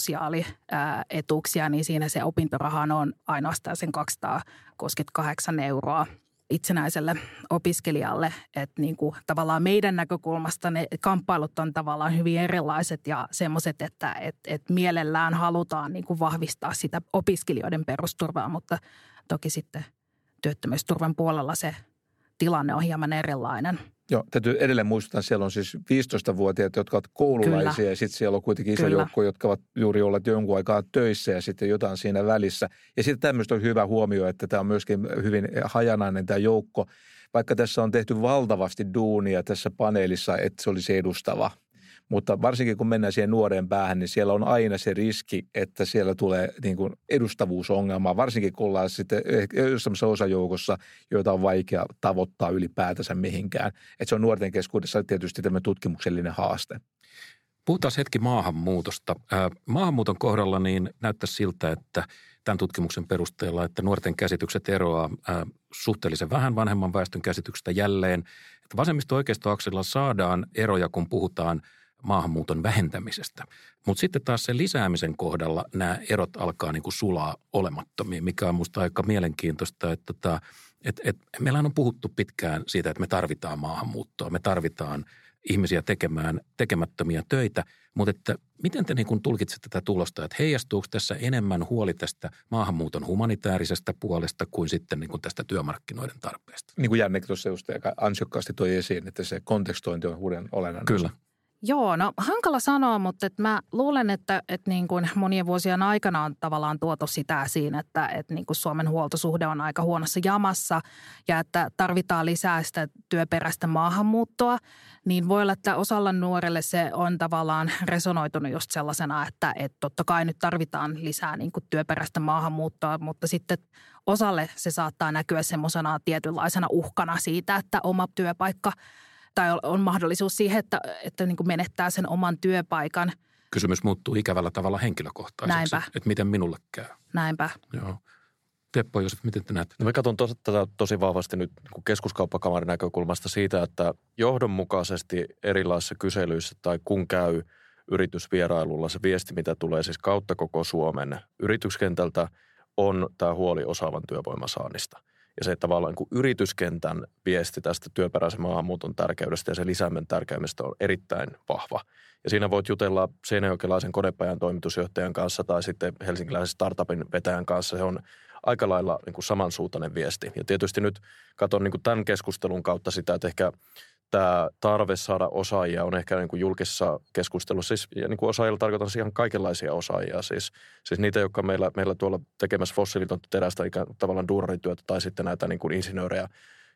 opintososiaalietuuksia, niin siinä se opintoraha on ainoastaan sen kaksisataakolmekymmentäkahdeksan euroa itsenäiselle opiskelijalle, että niin kuin tavallaan meidän näkökulmasta ne kamppailut on tavallaan hyvin erilaiset ja semmoiset, että et, et mielellään halutaan niin kuin vahvistaa sitä opiskelijoiden perusturvaa, mutta toki sitten työttömyysturvan puolella se tilanne on hieman erilainen. Joo, täytyy edelleen muistuttaa, siellä on siis viisitoistavuotiaat, jotka ovat koululaisia. Kyllä. Ja sitten siellä on kuitenkin iso Kyllä. joukko, jotka ovat juuri olleet jonkun aikaa töissä ja sitten jotain siinä välissä. Ja sitten tämmöistä on hyvä huomio, että tämä on myöskin hyvin hajanainen tämä joukko. Vaikka tässä on tehty valtavasti duunia tässä paneelissa, että se olisi edustava. Mutta varsinkin kun mennään siihen nuoreen päähän, niin siellä on aina se riski, että siellä tulee niin kuin edustavuusongelmaa. Varsinkin kun ollaan sitten jossain osajoukossa, joita on vaikea tavoittaa ylipäätänsä mihinkään. Että se on nuorten keskuudessa tietysti tämmöinen tutkimuksellinen haaste. Puhutaan hetki maahanmuutosta. Maahanmuuton kohdalla niin näyttäisi siltä, että tämän tutkimuksen perusteella, että nuorten käsitykset eroaa suhteellisen vähän vanhemman väestön käsityksestä jälleen. Että vasemmisto-oikeisto-akselilla saadaan eroja, kun puhutaan maahanmuuton vähentämisestä. Mutta sitten taas sen lisäämisen kohdalla nämä erot alkaa niin kuin sulaa olemattomiin, mikä on musta aika mielenkiintoista, että tota, et, et, meillähän on puhuttu pitkään siitä, että me tarvitaan maahanmuuttoa, me tarvitaan ihmisiä tekemään tekemättömiä töitä, mutta että miten te niin kuin tulkitsette tätä tulosta, että heijastuuko tässä enemmän huoli tästä maahanmuuton humanitaarisesta puolesta kuin sitten niin kuin tästä työmarkkinoiden tarpeesta? Niin kuin Janne tuossa just aika ansiokkaasti toi esiin, että se kontekstointi on uuden olennainen. Kyllä. Joo, no hankala sanoa, mutta että mä luulen, että, että niin kuin monien vuosien aikana on tavallaan tuotu sitä siinä, että, että niin kuin Suomen huoltosuhde on aika huonossa jamassa ja että tarvitaan lisää sitä työperäistä maahanmuuttoa, niin voi olla, että osalla nuorelle se on tavallaan resonoitunut just sellaisena, että, että totta kai nyt tarvitaan lisää niin kuin työperäistä maahanmuuttoa, mutta sitten osalle se saattaa näkyä semmoisena tietynlaisena uhkana siitä, että oma työpaikka tai on mahdollisuus siihen, että, että niin kuin menettää sen oman työpaikan. Kysymys muuttuu ikävällä tavalla henkilökohtaiseksi. Näinpä. Että miten minulle käy. Näinpä. Joo. Teppo, Josef, miten te näette? No mä katson tos, tätä tosi vahvasti nyt niin keskuskauppakamarin näkökulmasta siitä, että johdonmukaisesti erilaisissa kyselyissä tai kun käy yritysvierailulla se viesti, mitä tulee siis kautta koko Suomen yrityskentältä, on tämä huoli osaavan työvoiman saannista. Ja se tavallaan niin yrityskentän viesti tästä työperäisen maahanmuuton tärkeydestä ja sen lisäämän tärkeydestä on erittäin vahva. Ja siinä voit jutella seinäjokelaisen konepajan toimitusjohtajan kanssa tai sitten helsinkiläisen startupin vetäjän kanssa. Se on aika lailla niin kuin samansuuntainen viesti. Ja tietysti nyt katson niin kuin tämän keskustelun kautta sitä, että ehkä tämä tarve saada osaajia on ehkä niin kuin julkisessa keskustelussa. Siis, ja niin kuin osaajilla tarkoitan ihan kaikenlaisia osaajia. Siis, siis niitä, jotka meillä, meillä tuolla tekemässä fossiilitonta terästä ikään tavallaan duurarityötä tai sitten näitä niin kuin insinöörejä,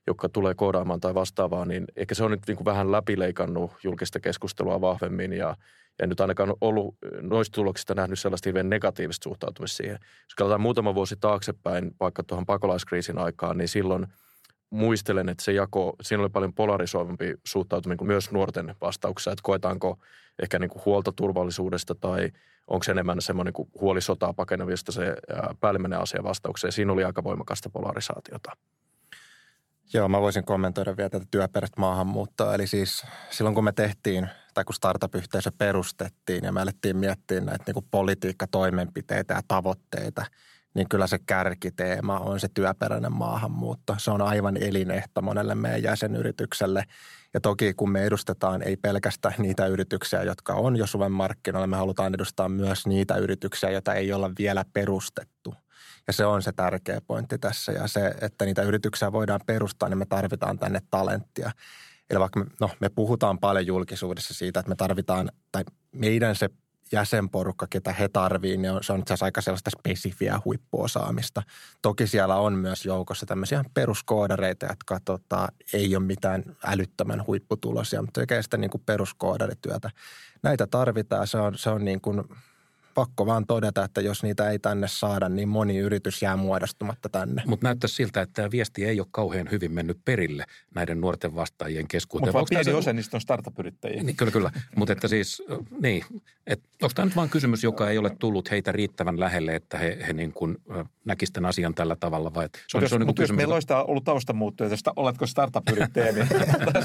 jotka tulee koodaamaan tai vastaavaa, niin ehkä se on nyt niin kuin vähän läpileikannut julkista keskustelua vahvemmin ja en nyt ainakaan ollut noista tuloksista nähnyt sellaista hyvin negatiivista suhtautumista siihen. Jos katsotaan muutama vuosi taaksepäin, vaikka tuohon pakolaiskriisin aikaan, niin silloin muistelen, että se jako, siinä oli paljon polarisoivampi suhtautuminen kuin myös nuorten vastauksessa, että koetaanko ehkä niin kuin huolta turvallisuudesta tai onko se enemmän semmoinen kuin huoli sotaa pakenevista se päällimmäinen asia vastaukseen. Siinä oli aika voimakasta polarisaatiota. Joo, mä voisin kommentoida vielä tätä työperäistä maahanmuuttoa. Eli siis silloin kun me tehtiin, tai kun startup-yhteisö perustettiin ja me alettiin miettiä näitä niin kuin politiikkatoimenpiteitä ja tavoitteita, niin kyllä se kärkiteema on se työperäinen maahanmuutto. Se on aivan elinehto monelle meidän jäsenyritykselle. Ja toki kun me edustetaan ei pelkästään niitä yrityksiä, jotka on jo Suomen markkinoilla, me halutaan edustaa myös niitä yrityksiä, joita ei olla vielä perustettu. Ja se on se tärkeä pointti tässä. Ja se, että niitä yrityksiä voidaan perustaa, niin me tarvitaan tänne talenttia. Eli vaikka me, no, me puhutaan paljon julkisuudessa siitä, että me tarvitaan, tai meidän se jäsenporukka, ketä he tarvii, niin on, se on itse asiassa aika sellaista spesifiä huippuosaamista. Toki siellä on myös joukossa tämmöisiä peruskoodareita, jotka tota, ei ole mitään älyttömän huipputulosia, mutta tekee sitä niin kuin peruskoodarityötä. Näitä tarvitaan. Se on, se on niin kuin pakko vaan todeta, että jos niitä ei tänne saada, niin moni yritys jää muodostumatta tänne. Mutta näyttää siltä, että tämä viesti ei ole kauhean hyvin mennyt perille näiden nuorten vastaajien keskuuteen. Mutta vaan pieni se osa niistä on startup-yrittäjiä. Niin, kyllä, kyllä. Mutta että siis, niin, että onko tämä nyt vaan kysymys, joka ei ole tullut heitä riittävän lähelle, että he, he niin kuin näkisivät tämän asian tällä tavalla, vai se on, jos, se on niin kuin jos kysymys. meillä olisi ollut taustamuuttoja tästä, oletko startup-yrittäjä, niin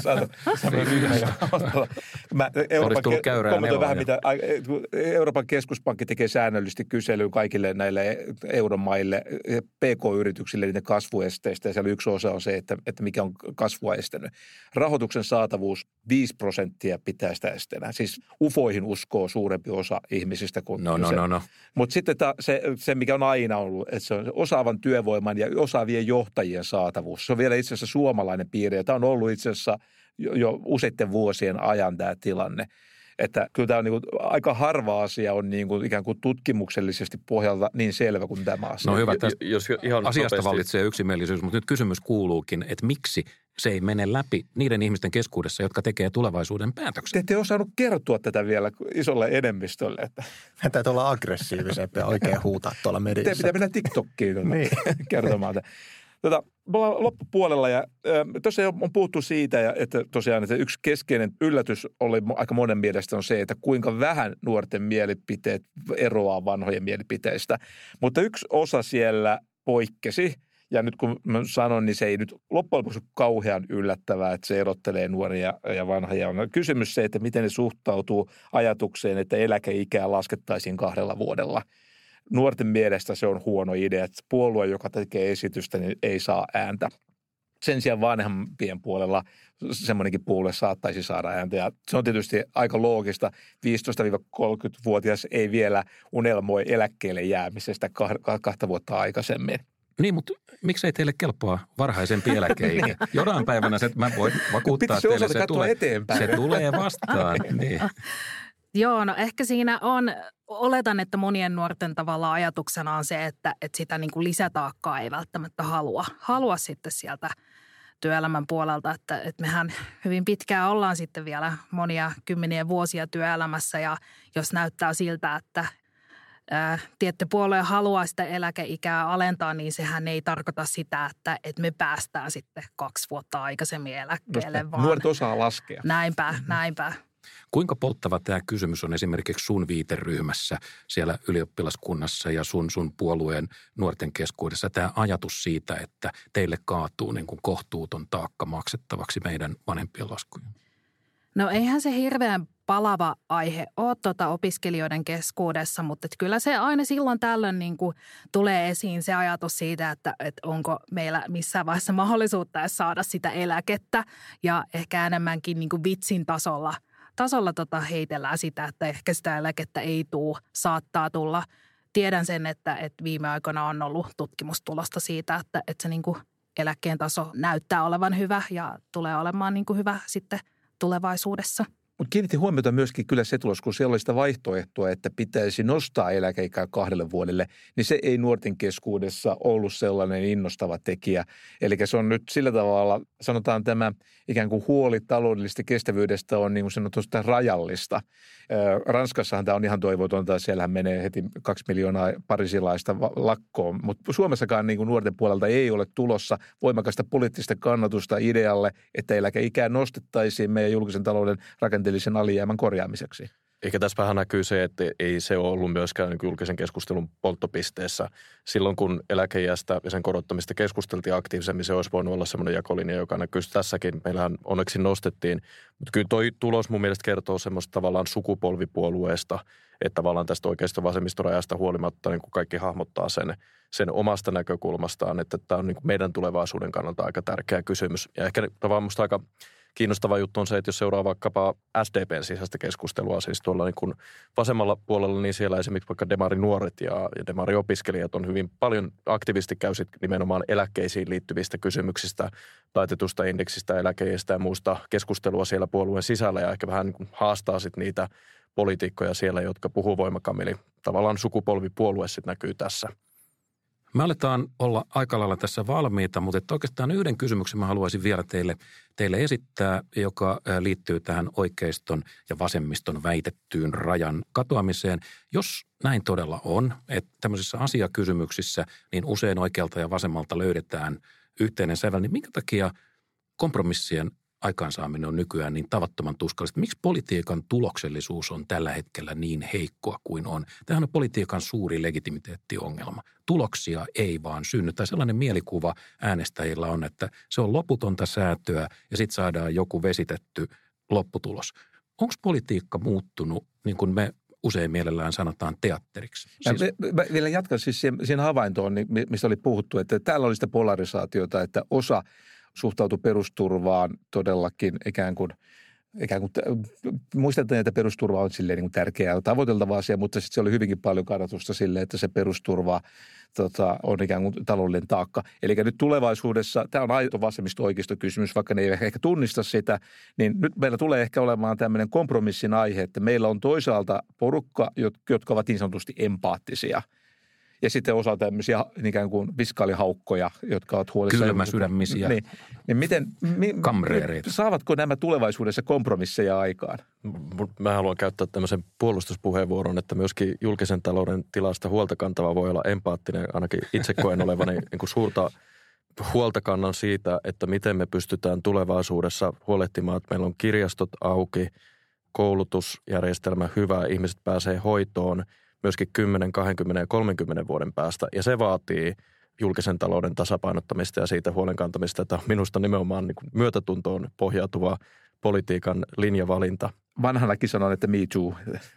mä Euroopan, tullut käyrää vähän, mitä Euroopan keskuspankki tekee säännöllisesti kyselyyn kaikille näille euromaille, P K-yrityksille niiden kasvuesteistä, ja siellä yksi osa on se, että, että mikä on kasvua estänyt. Rahoituksen saatavuus viisi prosenttia pitää sitä esteenä. Siis ufoihin uskoo suurempi osa ihmisistä kuin no, no, se. No, no. Mutta sitten ta, se, se, mikä on aina ollut, että se on osaavan työvoiman ja osaavien johtajien saatavuus. Se on vielä itse asiassa suomalainen piirre, ja tämä on ollut itse asiassa jo, jo useiden vuosien ajan tämä tilanne. Että kyllä tämä on niin kuin, aika harva asia on niin kuin, ikään kuin tutkimuksellisesti pohjalta niin selvä kuin tämä asia. No hyvä, tästä jos ihan asiasta nopeasti vallitsee yksimielisyys, mutta nyt kysymys kuuluukin, että miksi se ei mene läpi niiden ihmisten keskuudessa, jotka tekee tulevaisuuden päätöksiä. Te ette osannut kertoa tätä vielä isolle enemmistölle. Että Hän täytyy olla aggressiivisempi ja oikein huutaa tuolla mediassa. Te pitää mennä TikTokkiin tuota, niin. kertomaan tätä. Tota, me ollaan loppupuolella ja tosiaan on puhuttu siitä, ja, että tosiaan että yksi keskeinen yllätys oli aika monen mielestä on se, että kuinka vähän nuorten mielipiteet eroaa vanhojen mielipiteistä. Mutta yksi osa siellä poikkesi, ja nyt kun mä sanon, niin se ei nyt loppujen lopuksi kauhean yllättävää, että se erottelee nuoria ja vanhoja. On kysymys se, että miten ne suhtautuu ajatukseen, että eläkeikää laskettaisiin kahdella vuodella. Nuorten mielestä se on huono idea, että puolue, joka tekee esitystä, niin ei saa ääntä. Sen sijaan vanhempien puolella semmoinenkin puolue saattaisi saada ääntä. Ja se on tietysti aika loogista. viisitoista–kolmekymmentävuotias ei vielä unelmoi eläkkeelle jäämisestä kahta vuotta aikaisemmin. Niin, mutta miksei teille kelpaa varhaisempi eläkeikä? Jonain päivänä se, mä voin vakuuttaa teille, se tulee, se tulee vastaan. Niin. Joo, no ehkä siinä on, oletan, että monien nuorten tavalla ajatuksena on se, että, että sitä niin kuin lisätaakkaa ei välttämättä halua, halua sitten sieltä työelämän puolelta, että, että mehän hyvin pitkään ollaan sitten vielä monia kymmeniä vuosia työelämässä ja jos näyttää siltä, että ää, tietty puolue haluaa sitä eläkeikää alentaa, niin sehän ei tarkoita sitä, että, että me päästään sitten kaksi vuotta aikaisemmin eläkkeelle. Vaan nuoret osaa laskea. Näinpä, näinpä. Kuinka polttava tämä kysymys on esimerkiksi sun viiteryhmässä siellä ylioppilaskunnassa ja sun, sun puolueen nuorten keskuudessa? Tämä ajatus siitä, että teille kaatuu niin kuin kohtuuton taakka maksettavaksi meidän vanhempien laskuja. No eihän se hirveän palava aihe ole tuota opiskelijoiden keskuudessa, mutta kyllä se aina silloin tällöin niin kuin tulee esiin se ajatus siitä, että, että onko meillä missään vaiheessa mahdollisuutta saada sitä eläkettä ja ehkä enemmänkin niin kuin vitsin tasolla – Tasolla tota heitellään sitä, että ehkä sitä eläkettä ei tule, saattaa tulla. Tiedän sen, että, että viime aikoina on ollut tutkimustulosta siitä, että, että se niin kuin eläkkeen taso näyttää olevan hyvä ja tulee olemaan niin kuin hyvä sitten tulevaisuudessa. Mutta kiinnitin huomiota myöskin kyllä se tulos, kun siellä oli sitä vaihtoehtoa, että pitäisi nostaa eläkeikää kahdelle vuodelle, niin se ei nuorten keskuudessa ollut sellainen innostava tekijä. Eli se on nyt sillä tavalla, sanotaan tämä ikään kuin huoli taloudellisesta kestävyydestä on niin kuin sanotusti rajallista. Ranskassahan tämä on ihan toivotonta, siellähän menee heti kaksi miljoonaa parisilaista lakkoon, mutta Suomessakaan niin kuin nuorten puolelta ei ole tulossa voimakasta poliittista kannatusta idealle, että eläkeikää nostettaisiin meidän julkisen talouden rakenteellisen alijäämän korjaamiseksi. Eikä tässä vähän näkyy se, että ei se ole ollut myöskään niin julkisen keskustelun polttopisteessä. Silloin kun eläkeiästä ja sen korottamista keskusteltiin aktiivisemmin, se olisi voinut olla semmoinen jakolinja, joka näkyy tässäkin. Meillähän onneksi nostettiin, mutta kyllä toi tulos mun mielestä kertoo semmoista tavallaan sukupolvipuolueesta, että tavallaan tästä oikeasta vasemmistorajasta huolimatta niin kuin kaikki hahmottaa sen, sen omasta näkökulmastaan, että tämä on niin kuin meidän tulevaisuuden kannalta aika tärkeä kysymys. Ja ehkä tavallaan musta aika kiinnostava juttu on se, että jos seuraa vaikkapa S D P:n sisäistä keskustelua, siis tuolla niin kuin vasemmalla puolella, niin siellä esimerkiksi vaikka demarinuoret ja, ja demariopiskelijat on hyvin paljon aktiivisesti käy nimenomaan eläkkeisiin liittyvistä kysymyksistä, taitetusta indeksistä, eläkeistä ja muusta keskustelua siellä puolueen sisällä ja ehkä vähän niin kuin haastaa sitten niitä poliitikkoja siellä, jotka puhuu voimakkaammin. Eli tavallaan sukupolvipuolue sitten näkyy tässä. Me aletaan olla aika lailla tässä valmiita, mutta että oikeastaan yhden kysymyksen mä haluaisin vielä teille, teille esittää, joka liittyy tähän oikeiston ja vasemmiston väitettyyn rajan katoamiseen. Jos näin todella on, että tämmöisissä asiakysymyksissä niin usein oikealta ja vasemmalta löydetään yhteinen sävel, niin minkä takia kompromissien aikaansaaminen on nykyään niin tavattoman tuskallista? Miksi politiikan tuloksellisuus on tällä hetkellä niin heikkoa kuin on? Tämähän on politiikan suuri legitimiteettiongelma. Tuloksia ei vaan synny. Tai sellainen mielikuva äänestäjillä on, että se on loputonta säätöä ja sitten saadaan joku vesitetty lopputulos. Onko politiikka muuttunut, niin kuin me usein mielellään sanotaan, teatteriksi? Siis... Mä, mä vielä jatkan siis siihen, siihen havaintoon, mistä oli puhuttu, että täällä oli sitä polarisaatiota, että osa suhtautui perusturvaan todellakin ikään kuin, ikään kuin muistetaan, että perusturva on silleen niin kuin tärkeä ja tavoiteltava asia, mutta sitten se oli hyvinkin paljon kannatusta sille, että se perusturva tota, on ikään kuin taloudellinen taakka. Eli nyt tulevaisuudessa, tämä on aito vasemmisto-oikeisto-kysymys, vaikka ne ei ehkä tunnista sitä, niin nyt meillä tulee ehkä olemaan tämmöinen kompromissin aihe, että meillä on toisaalta porukka, jotka ovat niin sanotusti empaattisia. Ja sitten osa tämmöisiä ikään kuin fiskaalihaukkoja, jotka ovat huolissaan. Kylmäsydämisiä. Niin, niin miten, mi, kamreereita. Saavatko nämä tulevaisuudessa kompromisseja aikaan? Mä haluan käyttää tämmöisen puolustuspuheenvuoron, että myöskin julkisen talouden tilasta huolta kantava voi olla empaattinen. Ainakin itse koen olevani niin kuin suurta huolta kannan siitä, että miten me pystytään tulevaisuudessa huolehtimaan, että meillä on kirjastot auki, koulutusjärjestelmä hyvä, ihmiset pääsee hoitoon myöskin kymmenen, kaksikymmentä ja kolmekymmentä vuoden päästä. Ja se vaatii julkisen talouden tasapainottamista ja siitä huolen kantamista, että minusta nimenomaan niin kuin myötätuntoon pohjautuva politiikan linjavalinta. Vanhanakin sanon, että me too.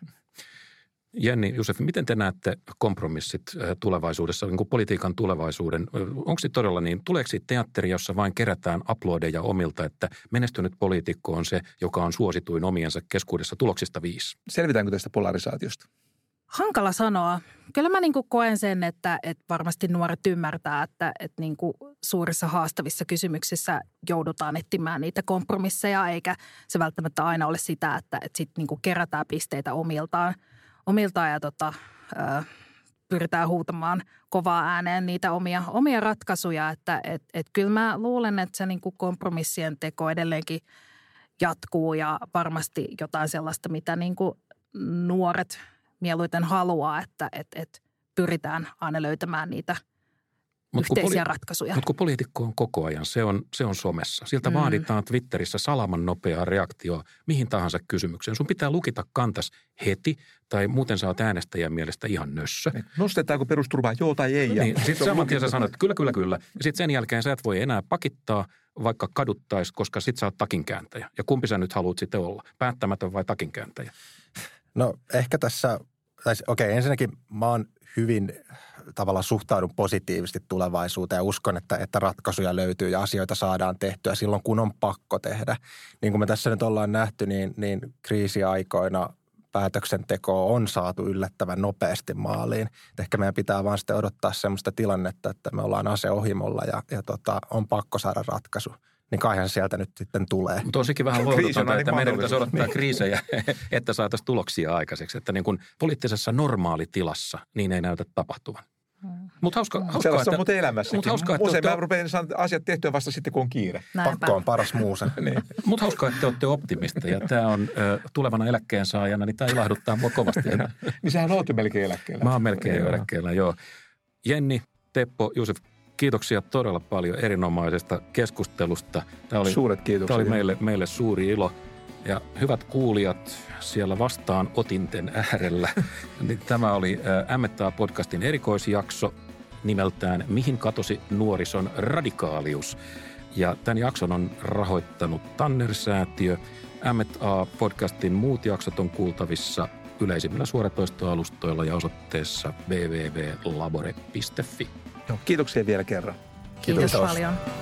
Jenni, Jusef, miten te näette kompromissit tulevaisuudessa, niin kuin politiikan tulevaisuuden? Onko se todella niin, tuleeko siitä teatteri, jossa vain kerätään aplodeja omilta, että menestynyt poliitikko on se, joka on suosituin omiensa keskuudessa tuloksista viisi? Selvitäänkö tästä polarisaatiosta? Hankala sanoa. Kyllä mä niin kuin koen sen, että, että varmasti nuoret ymmärtää, että, että niin kuin suurissa haastavissa kysymyksissä joudutaan etsimään niitä kompromisseja, eikä se välttämättä aina ole sitä, että, että sitten niin kuin kerätään pisteitä omiltaan, omiltaan ja tota, ö, pyritään huutamaan kovaa ääneen niitä omia, omia ratkaisuja. Että et, et kyllä mä luulen, että se niin kuin kompromissien teko edelleenkin jatkuu ja varmasti jotain sellaista, mitä niin kuin nuoret mieluiten haluaa, että et, et pyritään aina löytämään niitä mut yhteisiä poli- ratkaisuja. Mutta kun poliitikko on koko ajan, se on, se on somessa. Siltä mm. vaaditaan Twitterissä salaman nopeaa reaktioa mihin tahansa kysymykseen. Sun pitää lukita kantas heti tai muuten sä oot äänestäjän mielestä ihan nössö. Nostetaanko perusturvaa, joo tai ei? Niin, sitten saman tien sä sanot, että kyllä, kyllä, kyllä. Ja sitten sen jälkeen sä et voi enää pakittaa, vaikka kaduttaisi, koska sit sä oot takinkääntäjä. Ja kumpi sä nyt haluat sitten olla, päättämätön vai takinkääntäjä? No ehkä tässä, okei okay, ensinnäkin mä oon hyvin tavallaan suhtaudun positiivisesti tulevaisuuteen ja uskon, että, että ratkaisuja löytyy ja asioita saadaan tehtyä silloin, kun on pakko tehdä. Niin kuin me tässä nyt ollaan nähty, niin, niin kriisiaikoina päätöksenteko on saatu yllättävän nopeasti maaliin. Et ehkä meidän pitää vaan sitten odottaa semmoista tilannetta, että me ollaan aseohimolla ja, ja tota, on pakko saada ratkaisu. niin kaihan sieltä nyt sitten tulee. Mutta on sekin vähän lohdutonta, että meidän pitäisi odottaa niin. kriisejä, että saataisiin tuloksia aikaiseksi. Että niin kuin poliittisessa normaalitilassa niin ei näytä tapahtuvan. Mutta hauska, hauskaa, sellaista että, on muuten elämässäkin. Mut hauskaa, että Usein te, mä rupean saamaan asiat tehtyä vasta sitten, kun on kiire. Näinpä. Pakko on paras muusa. niin. Mutta hauskaa, että te olette optimista ja tämä on ö, tulevana eläkkeensaajana, niin tämä ilahduttaa mua kovasti. Niin sähän oot jo melkein eläkkeellä. Mä oon melkein jo eläkkeellä, joo. Jenni, Teppo, Juusef, kiitoksia todella paljon erinomaisesta keskustelusta. Tämä oli, Suuret kiitoksia. Tämä oli meille, meille suuri ilo. Ja hyvät kuulijat siellä vastaan otinten äärellä, niin tämä oli M et A-podcastin erikoisjakso nimeltään Mihin katosi nuorison radikaalius? Ja tämän jakson on rahoittanut Tanner-säätiö. M et A-podcastin muut jaksot on kuultavissa yleisimmillä suoratoistoalustoilla ja osoitteessa double-u double-u double-u piste labore piste fi. Joo, kiitoksia vielä kerran. Kiitos, Kiitos. paljon.